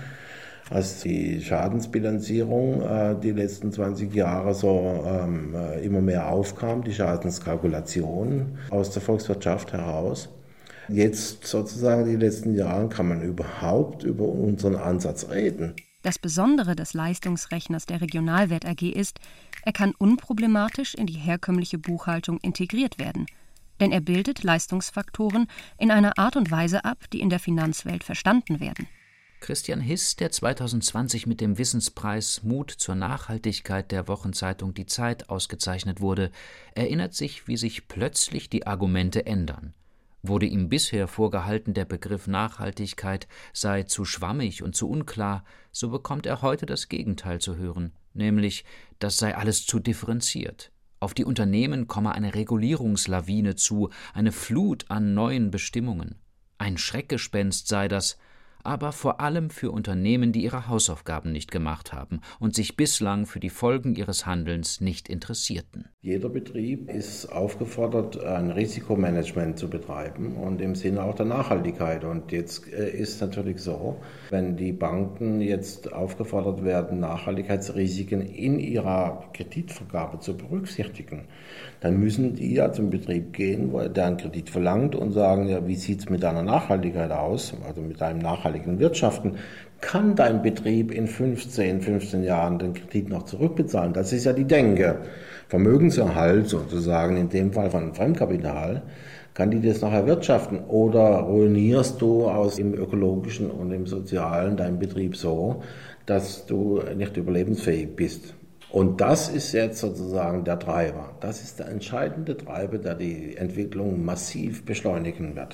L: als die Schadensbilanzierung äh, die letzten zwanzig Jahre so ähm, immer mehr aufkam, die Schadenskalkulation aus der Volkswirtschaft heraus. Jetzt sozusagen die letzten Jahre kann man überhaupt über unseren Ansatz reden.
H: Das Besondere des Leistungsrechners der Regionalwert A G ist, er kann unproblematisch in die herkömmliche Buchhaltung integriert werden. Denn er bildet Leistungsfaktoren in einer Art und Weise ab, die in der Finanzwelt verstanden werden.
I: Christian Hiss, der zweitausendzwanzig mit dem Wissenspreis Mut zur Nachhaltigkeit der Wochenzeitung Die Zeit ausgezeichnet wurde, erinnert sich, wie sich plötzlich die Argumente ändern. Wurde ihm bisher vorgehalten, der Begriff Nachhaltigkeit sei zu schwammig und zu unklar, so bekommt er heute das Gegenteil zu hören, nämlich, das sei alles zu differenziert. Auf die Unternehmen komme eine Regulierungslawine zu, eine Flut an neuen Bestimmungen. Ein Schreckgespenst sei das, aber vor allem für Unternehmen, die ihre Hausaufgaben nicht gemacht haben und sich bislang für die Folgen ihres Handelns nicht interessierten.
L: Jeder Betrieb ist aufgefordert, ein Risikomanagement zu betreiben und im Sinne auch der Nachhaltigkeit. Und jetzt ist natürlich so, wenn die Banken jetzt aufgefordert werden, Nachhaltigkeitsrisiken in ihrer Kreditvergabe zu berücksichtigen, dann müssen die ja zum Betrieb gehen, wo der einen Kredit verlangt und sagen, ja, wie sieht es mit deiner Nachhaltigkeit aus, also mit deinem nachhaltigen Wirtschaften? Kann dein Betrieb in fünfzehn, fünfzehn Jahren den Kredit noch zurückbezahlen? Das ist ja die Denke. Vermögenserhalt sozusagen, in dem Fall von Fremdkapital, kann die das noch erwirtschaften? Oder ruinierst du aus dem ökologischen und im sozialen deinen Betrieb so, dass du nicht überlebensfähig bist? Und das ist jetzt sozusagen der Treiber. Das ist der entscheidende Treiber, der die Entwicklung massiv beschleunigen wird.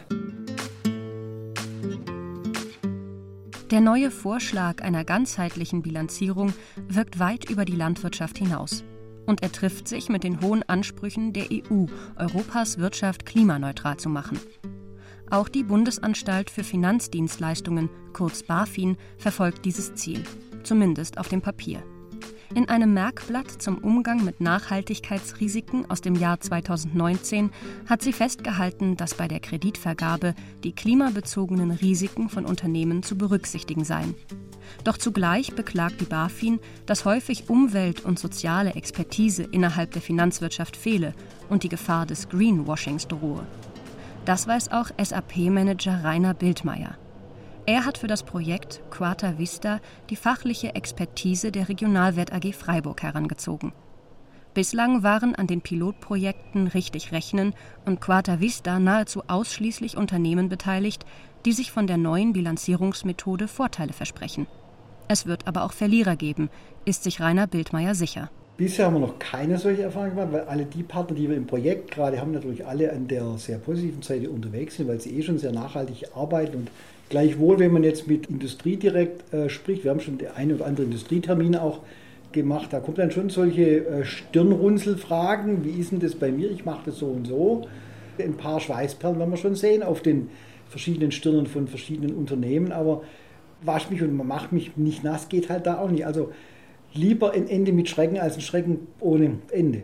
H: Der neue Vorschlag einer ganzheitlichen Bilanzierung wirkt weit über die Landwirtschaft hinaus. Und er trifft sich mit den hohen Ansprüchen der E U, Europas Wirtschaft klimaneutral zu machen. Auch die Bundesanstalt für Finanzdienstleistungen, kurz BaFin, verfolgt dieses Ziel, zumindest auf dem Papier. In einem Merkblatt zum Umgang mit Nachhaltigkeitsrisiken aus dem Jahr zweitausendneunzehn hat sie festgehalten, dass bei der Kreditvergabe die klimabezogenen Risiken von Unternehmen zu berücksichtigen seien. Doch zugleich beklagt die BaFin, dass häufig Umwelt- und soziale Expertise innerhalb der Finanzwirtschaft fehle und die Gefahr des Greenwashings drohe. Das weiß auch S A P-Manager Rainer Bildmeier. Er hat für das Projekt Quarta Vista die fachliche Expertise der Regionalwert A G Freiburg herangezogen. Bislang waren an den Pilotprojekten Richtig Rechnen und Quarta Vista nahezu ausschließlich Unternehmen beteiligt, die sich von der neuen Bilanzierungsmethode Vorteile versprechen. Es wird aber auch Verlierer geben, ist sich Rainer Bildmeier sicher.
E: Bisher haben wir noch keine solche Erfahrung gemacht, weil alle die Partner, die wir im Projekt gerade haben, natürlich alle an der sehr positiven Seite unterwegs sind, weil sie eh schon sehr nachhaltig arbeiten. Und gleichwohl, wenn man jetzt mit Industrie direkt äh, spricht, wir haben schon den einen oder anderen Industrietermin auch gemacht. Da kommt dann schon solche äh, Stirnrunzelfragen, wie ist denn das bei mir, ich mache das so und so. Ein paar Schweißperlen werden wir schon sehen auf den verschiedenen Stirnen von verschiedenen Unternehmen, aber wasch mich und mach mich nicht nass geht halt da auch nicht. Also lieber ein Ende mit Schrecken als ein Schrecken ohne Ende.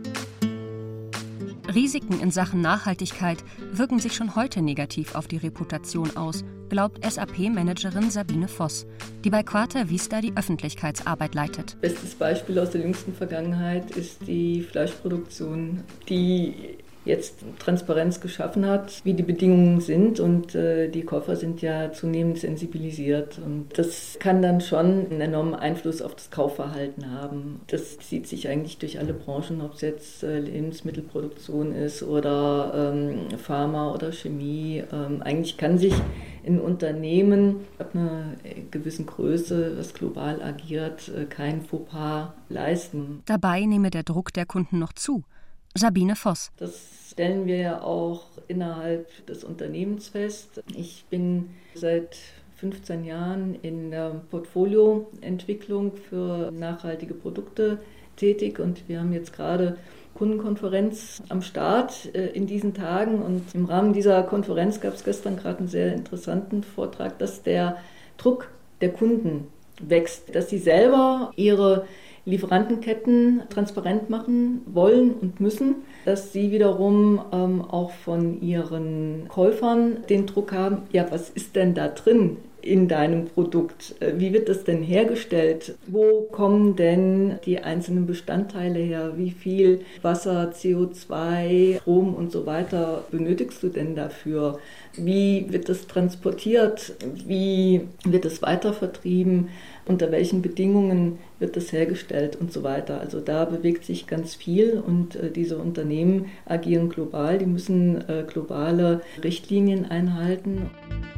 H: Risiken in Sachen Nachhaltigkeit wirken sich schon heute negativ auf die Reputation aus, glaubt S A P-Managerin Sabine Voss, die bei Quarta Vista die Öffentlichkeitsarbeit leitet.
D: Bestes Beispiel aus der jüngsten Vergangenheit ist die Fleischproduktion, die jetzt Transparenz geschaffen hat, wie die Bedingungen sind, und äh, die Käufer sind ja zunehmend sensibilisiert, und das kann dann schon einen enormen Einfluss auf das Kaufverhalten haben. Das zieht sich eigentlich durch alle Branchen, ob es jetzt äh, Lebensmittelproduktion ist oder ähm, Pharma oder Chemie. Ähm, eigentlich kann sich ein Unternehmen ab einer gewissen Größe, was global agiert, äh, kein Fauxpas leisten.
H: Dabei nehme der Druck der Kunden noch zu. Sabine Voss.
D: Das stellen wir ja auch innerhalb des Unternehmens fest. Ich bin seit fünfzehn Jahren in der Portfolioentwicklung für nachhaltige Produkte tätig, und wir haben jetzt gerade Kundenkonferenz am Start äh, in diesen Tagen, und im Rahmen dieser Konferenz gab es gestern gerade einen sehr interessanten Vortrag, dass der Druck der Kunden wächst, dass sie selber ihre Lieferantenketten transparent machen wollen und müssen, dass sie wiederum ähm, auch von ihren Käufern den Druck haben, ja, was ist denn da drin in deinem Produkt? Wie wird das denn hergestellt? Wo kommen denn die einzelnen Bestandteile her? Wie viel Wasser, C O zwei, Strom und so weiter benötigst du denn dafür? Wie wird das transportiert? Wie wird es weitervertrieben? Unter welchen Bedingungen wird das hergestellt und so weiter? Also da bewegt sich ganz viel, und äh, diese Unternehmen agieren global. Die müssen äh, globale Richtlinien einhalten.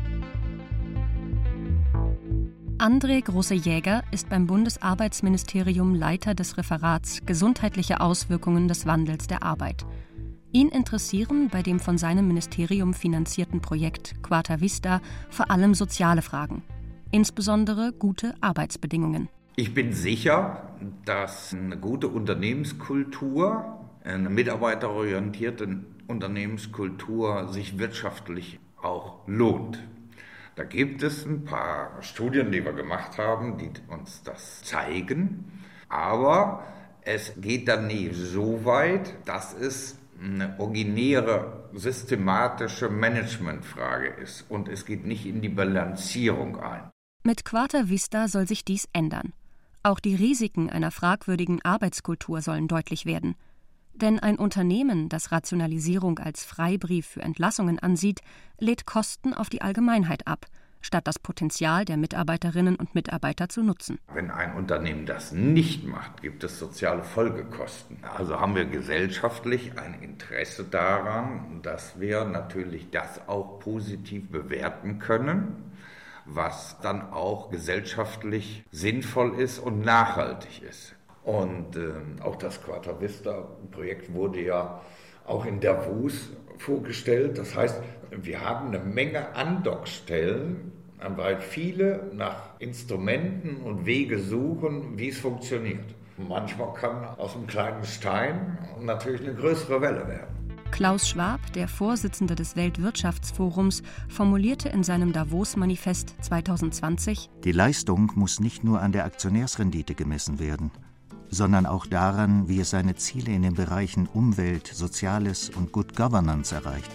H: André Große-Jäger ist beim Bundesarbeitsministerium Leiter des Referats Gesundheitliche Auswirkungen des Wandels der Arbeit. Ihn interessieren bei dem von seinem Ministerium finanzierten Projekt Quarta Vista vor allem soziale Fragen, insbesondere gute Arbeitsbedingungen.
P: Ich bin sicher, dass eine gute Unternehmenskultur, eine mitarbeiterorientierte Unternehmenskultur sich wirtschaftlich auch lohnt. Da gibt es ein paar Studien, die wir gemacht haben, die uns das zeigen. Aber es geht dann nie so weit, dass es eine originäre, systematische Managementfrage ist. Und es geht nicht in die Bilanzierung ein.
H: Mit Quarta Vista soll sich dies ändern. Auch die Risiken einer fragwürdigen Arbeitskultur sollen deutlich werden. Denn ein Unternehmen, das Rationalisierung als Freibrief für Entlassungen ansieht, lädt Kosten auf die Allgemeinheit ab, statt das Potenzial der Mitarbeiterinnen und Mitarbeiter zu nutzen.
P: Wenn ein Unternehmen das nicht macht, gibt es soziale Folgekosten. Also haben wir gesellschaftlich ein Interesse daran, dass wir natürlich das auch positiv bewerten können, was dann auch gesellschaftlich sinnvoll ist und nachhaltig ist. Und äh, auch das Quarta Vista-Projekt wurde ja auch in Davos vorgestellt. Das heißt, wir haben eine Menge Andockstellen, weil viele nach Instrumenten und Wege suchen, wie es funktioniert. Manchmal kann aus einem kleinen Stein natürlich eine größere Welle werden.
H: Klaus Schwab, der Vorsitzende des Weltwirtschaftsforums, formulierte in seinem Davos-Manifest zwanzig zwanzig:
K: Die Leistung muss nicht nur an der Aktionärsrendite gemessen werden, sondern auch daran, wie es seine Ziele in den Bereichen Umwelt, Soziales und Good Governance erreicht.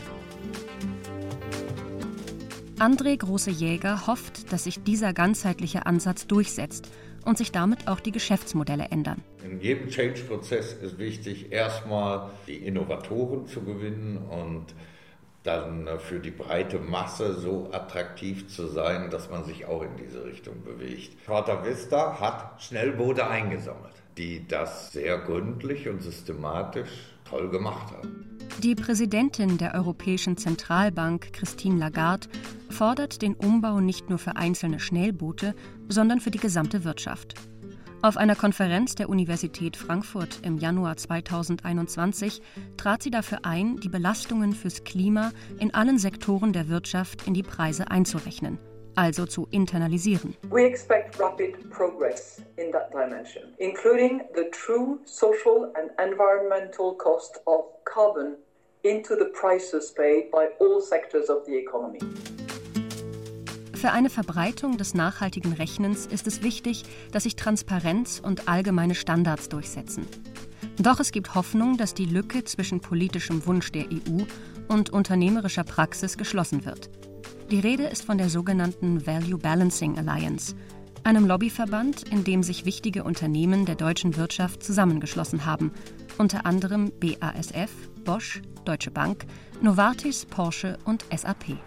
H: André Große-Jäger hofft, dass sich dieser ganzheitliche Ansatz durchsetzt und sich damit auch die Geschäftsmodelle ändern.
P: In jedem Change-Prozess ist wichtig, erstmal die Innovatoren zu gewinnen und dann für die breite Masse so attraktiv zu sein, dass man sich auch in diese Richtung bewegt. Quarta Vista hat Schnellboote eingesammelt, die das sehr gründlich und systematisch toll gemacht haben.
H: Die Präsidentin der Europäischen Zentralbank, Christine Lagarde, fordert den Umbau nicht nur für einzelne Schnellboote, sondern für die gesamte Wirtschaft. Auf einer Konferenz der Universität Frankfurt im Januar zweitausendeinundzwanzig trat sie dafür ein, die Belastungen fürs Klima in allen Sektoren der Wirtschaft in die Preise einzurechnen. also zu internalisieren.
Q: We expect rapid progress in that dimension, including the true social and environmental cost of carbon into the prices paid by all sectors of the economy.
H: Für eine Verbreitung des nachhaltigen Rechnens ist es wichtig, dass sich Transparenz und allgemeine Standards durchsetzen. Doch es gibt Hoffnung, dass die Lücke zwischen politischem Wunsch der E U und unternehmerischer Praxis geschlossen wird. Die Rede ist von der sogenannten Value Balancing Alliance, einem Lobbyverband, in dem sich wichtige Unternehmen der deutschen Wirtschaft zusammengeschlossen haben, unter anderem B A S F, Bosch, Deutsche Bank, Novartis, Porsche und S A P.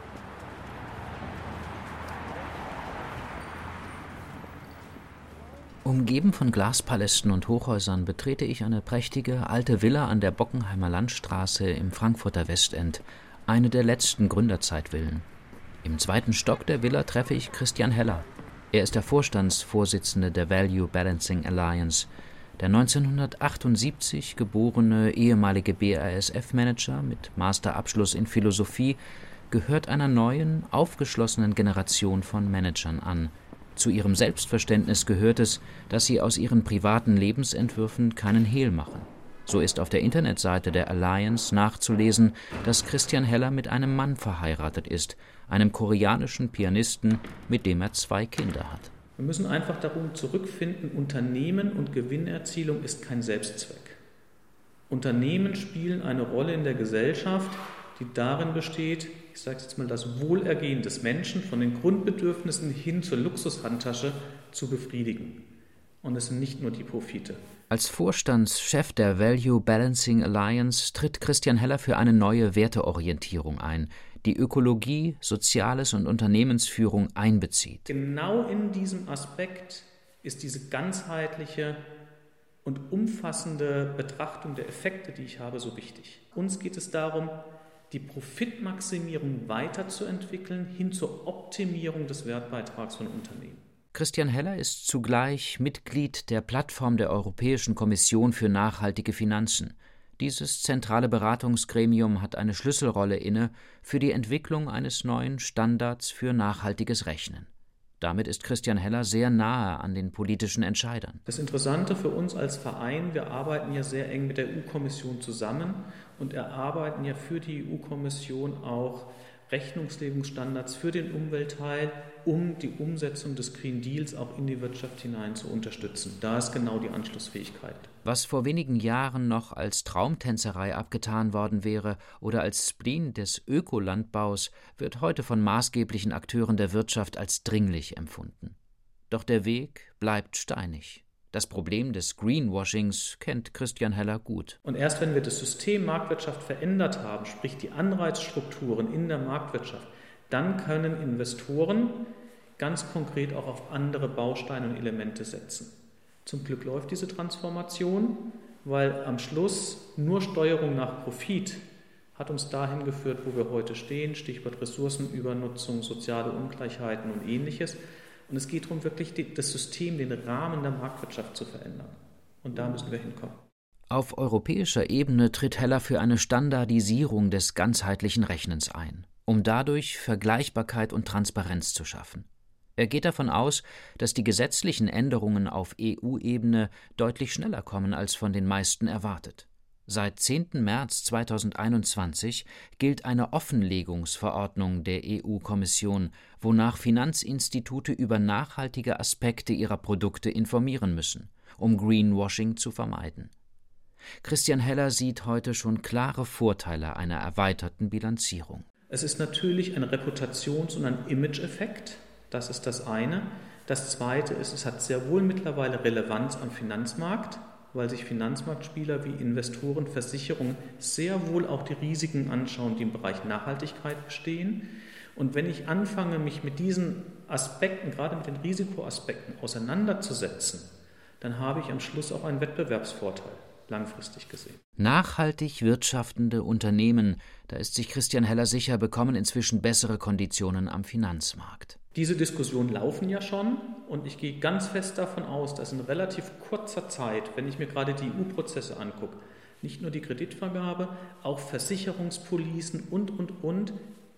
I: Umgeben von Glaspalästen und Hochhäusern betrete ich eine prächtige alte Villa an der Bockenheimer Landstraße im Frankfurter Westend, eine der letzten Gründerzeitvillen. Im zweiten Stock der Villa treffe ich Christian Heller. Er ist der Vorstandsvorsitzende der Value Balancing Alliance. Der neunzehnhundertachtundsiebzig geborene ehemalige B A S F-Manager mit Masterabschluss in Philosophie gehört einer neuen, aufgeschlossenen Generation von Managern an. Zu ihrem Selbstverständnis gehört es, dass sie aus ihren privaten Lebensentwürfen keinen Hehl machen. So ist auf der Internetseite der Alliance nachzulesen, dass Christian Heller mit einem Mann verheiratet ist, einem koreanischen Pianisten, mit dem er zwei Kinder hat.
C: Wir müssen einfach darum zurückfinden, Unternehmen und Gewinnerzielung ist kein Selbstzweck. Unternehmen spielen eine Rolle in der Gesellschaft, die darin besteht, ich sage jetzt mal, das Wohlergehen des Menschen von den Grundbedürfnissen hin zur Luxushandtasche zu befriedigen. Und es sind nicht nur die Profite.
I: Als Vorstandschef der Value Balancing Alliance tritt Christian Heller für eine neue Werteorientierung ein, die Ökologie, Soziales und Unternehmensführung einbezieht.
C: Genau in diesem Aspekt ist diese ganzheitliche und umfassende Betrachtung der Effekte, die ich habe, so wichtig. Uns geht es darum, die Profitmaximierung weiterzuentwickeln hin zur Optimierung des Wertbeitrags von Unternehmen.
I: Christian Heller ist zugleich Mitglied der Plattform der Europäischen Kommission für nachhaltige Finanzen. Dieses zentrale Beratungsgremium hat eine Schlüsselrolle inne für die Entwicklung eines neuen Standards für nachhaltiges Rechnen. Damit ist Christian Heller sehr nahe an den politischen Entscheidern.
C: Das Interessante für uns als Verein, wir arbeiten ja sehr eng mit der E U-Kommission zusammen und erarbeiten ja für die E U-Kommission auch Rechnungslegungsstandards für den Umweltteil, um die Umsetzung des Green Deals auch in die Wirtschaft hinein zu unterstützen. Da ist genau die Anschlussfähigkeit.
I: Was vor wenigen Jahren noch als Traumtänzerei abgetan worden wäre oder als Spleen des Ökolandbaus, wird heute von maßgeblichen Akteuren der Wirtschaft als dringlich empfunden. Doch der Weg bleibt steinig. Das Problem des Greenwashings kennt Christian Heller gut.
C: Und erst wenn wir das System Marktwirtschaft verändert haben, sprich die Anreizstrukturen in der Marktwirtschaft, dann können Investoren ganz konkret auch auf andere Bausteine und Elemente setzen. Zum Glück läuft diese Transformation, weil am Schluss nur Steuerung nach Profit hat uns dahin geführt, wo wir heute stehen, Stichwort Ressourcenübernutzung, soziale Ungleichheiten und Ähnliches. Und es geht darum, wirklich das System, den Rahmen der Marktwirtschaft zu verändern. Und da müssen wir hinkommen.
I: Auf europäischer Ebene tritt Heller für eine Standardisierung des ganzheitlichen Rechnens ein, um dadurch Vergleichbarkeit und Transparenz zu schaffen. Er geht davon aus, dass die gesetzlichen Änderungen auf E U-Ebene deutlich schneller kommen als von den meisten erwartet. Seit zehnten März zweitausendeinundzwanzig gilt eine Offenlegungsverordnung der E U-Kommission, wonach Finanzinstitute über nachhaltige Aspekte ihrer Produkte informieren müssen, um Greenwashing zu vermeiden. Christian Heller sieht heute schon klare Vorteile einer erweiterten Bilanzierung.
C: Es ist natürlich ein Reputations- und ein Image-Effekt, das ist das eine. Das zweite ist, es hat sehr wohl mittlerweile Relevanz am Finanzmarkt, weil sich Finanzmarktspieler wie Investoren, Versicherungen sehr wohl auch die Risiken anschauen, die im Bereich Nachhaltigkeit bestehen. Und wenn ich anfange, mich mit diesen Aspekten, gerade mit den Risikoaspekten auseinanderzusetzen, dann habe ich am Schluss auch einen Wettbewerbsvorteil, langfristig gesehen.
I: Nachhaltig wirtschaftende Unternehmen, da ist sich Christian Heller sicher, bekommen inzwischen bessere Konditionen am Finanzmarkt.
C: Diese Diskussionen laufen ja schon und ich gehe ganz fest davon aus, dass in relativ kurzer Zeit, wenn ich mir gerade die E U-Prozesse angucke, nicht nur die Kreditvergabe, auch Versicherungspolicen und, und, und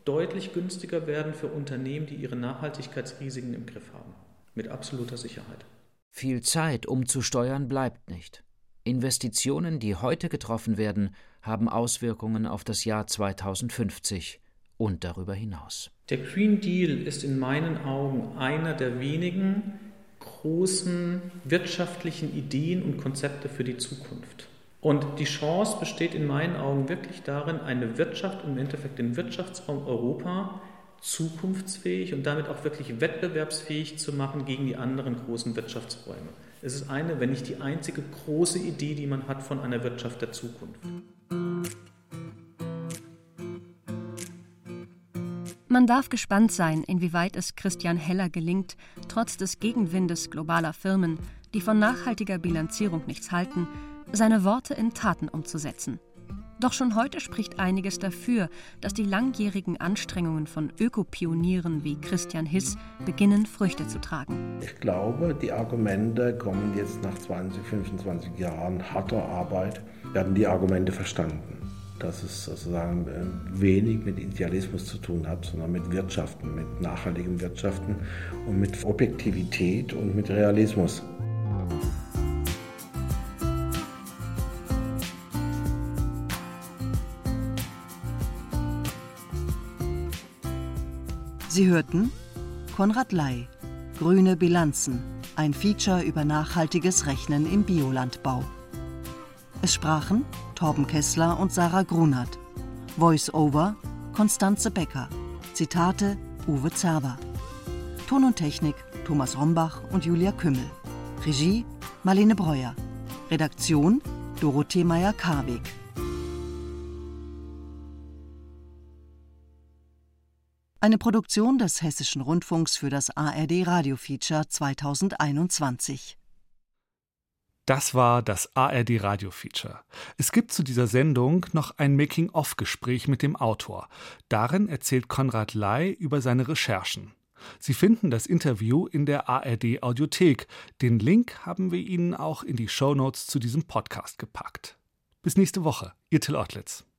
C: deutlich günstiger werden für Unternehmen, die ihre Nachhaltigkeitsrisiken im Griff haben. Mit absoluter Sicherheit.
I: Viel Zeit umzusteuern bleibt nicht. Investitionen, die heute getroffen werden, haben Auswirkungen auf das Jahr zweitausendfünfzig und darüber hinaus.
C: Der Green Deal ist in meinen Augen einer der wenigen großen wirtschaftlichen Ideen und Konzepte für die Zukunft. Und die Chance besteht in meinen Augen wirklich darin, eine Wirtschaft, im Endeffekt den Wirtschaftsraum Europa, zukunftsfähig und damit auch wirklich wettbewerbsfähig zu machen gegen die anderen großen Wirtschaftsräume. Es ist eine, wenn nicht die einzige große Idee, die man hat von einer Wirtschaft der Zukunft.
H: Man darf gespannt sein, inwieweit es Christian Heller gelingt, trotz des Gegenwindes globaler Firmen, die von nachhaltiger Bilanzierung nichts halten, seine Worte in Taten umzusetzen. Doch schon heute spricht einiges dafür, dass die langjährigen Anstrengungen von Ökopionieren wie Christian Hiss beginnen, Früchte zu tragen.
L: Ich glaube, die Argumente kommen jetzt nach zwanzig, fünfundzwanzig Jahren harter Arbeit, werden die Argumente verstanden. Dass es sozusagen wenig mit Idealismus zu tun hat, sondern mit Wirtschaften, mit nachhaltigem Wirtschaften und mit Objektivität und mit Realismus.
F: Sie hörten Konrad Ley, Grüne Bilanzen, ein Feature über nachhaltiges Rechnen im Biolandbau. Es sprachen Torben Kessler und Sarah Grunert. Voice-Over Konstanze Becker. Zitate Uwe Zerber. Ton und Technik Thomas Rombach und Julia Kümmel. Regie Marlene Breuer. Redaktion Dorothee Meyer-Karweg. Eine Produktion des Hessischen Rundfunks für das A R D-Radio-Feature zweitausendeinundzwanzig.
B: Das war das A R D-Radio-Feature. Es gibt zu dieser Sendung noch ein Making-of-Gespräch mit dem Autor. Darin erzählt Konrad Ley über seine Recherchen. Sie finden das Interview in der A R D-Audiothek. Den Link haben wir Ihnen auch in die Shownotes zu diesem Podcast gepackt. Bis nächste Woche, Ihr Till Ottlitz.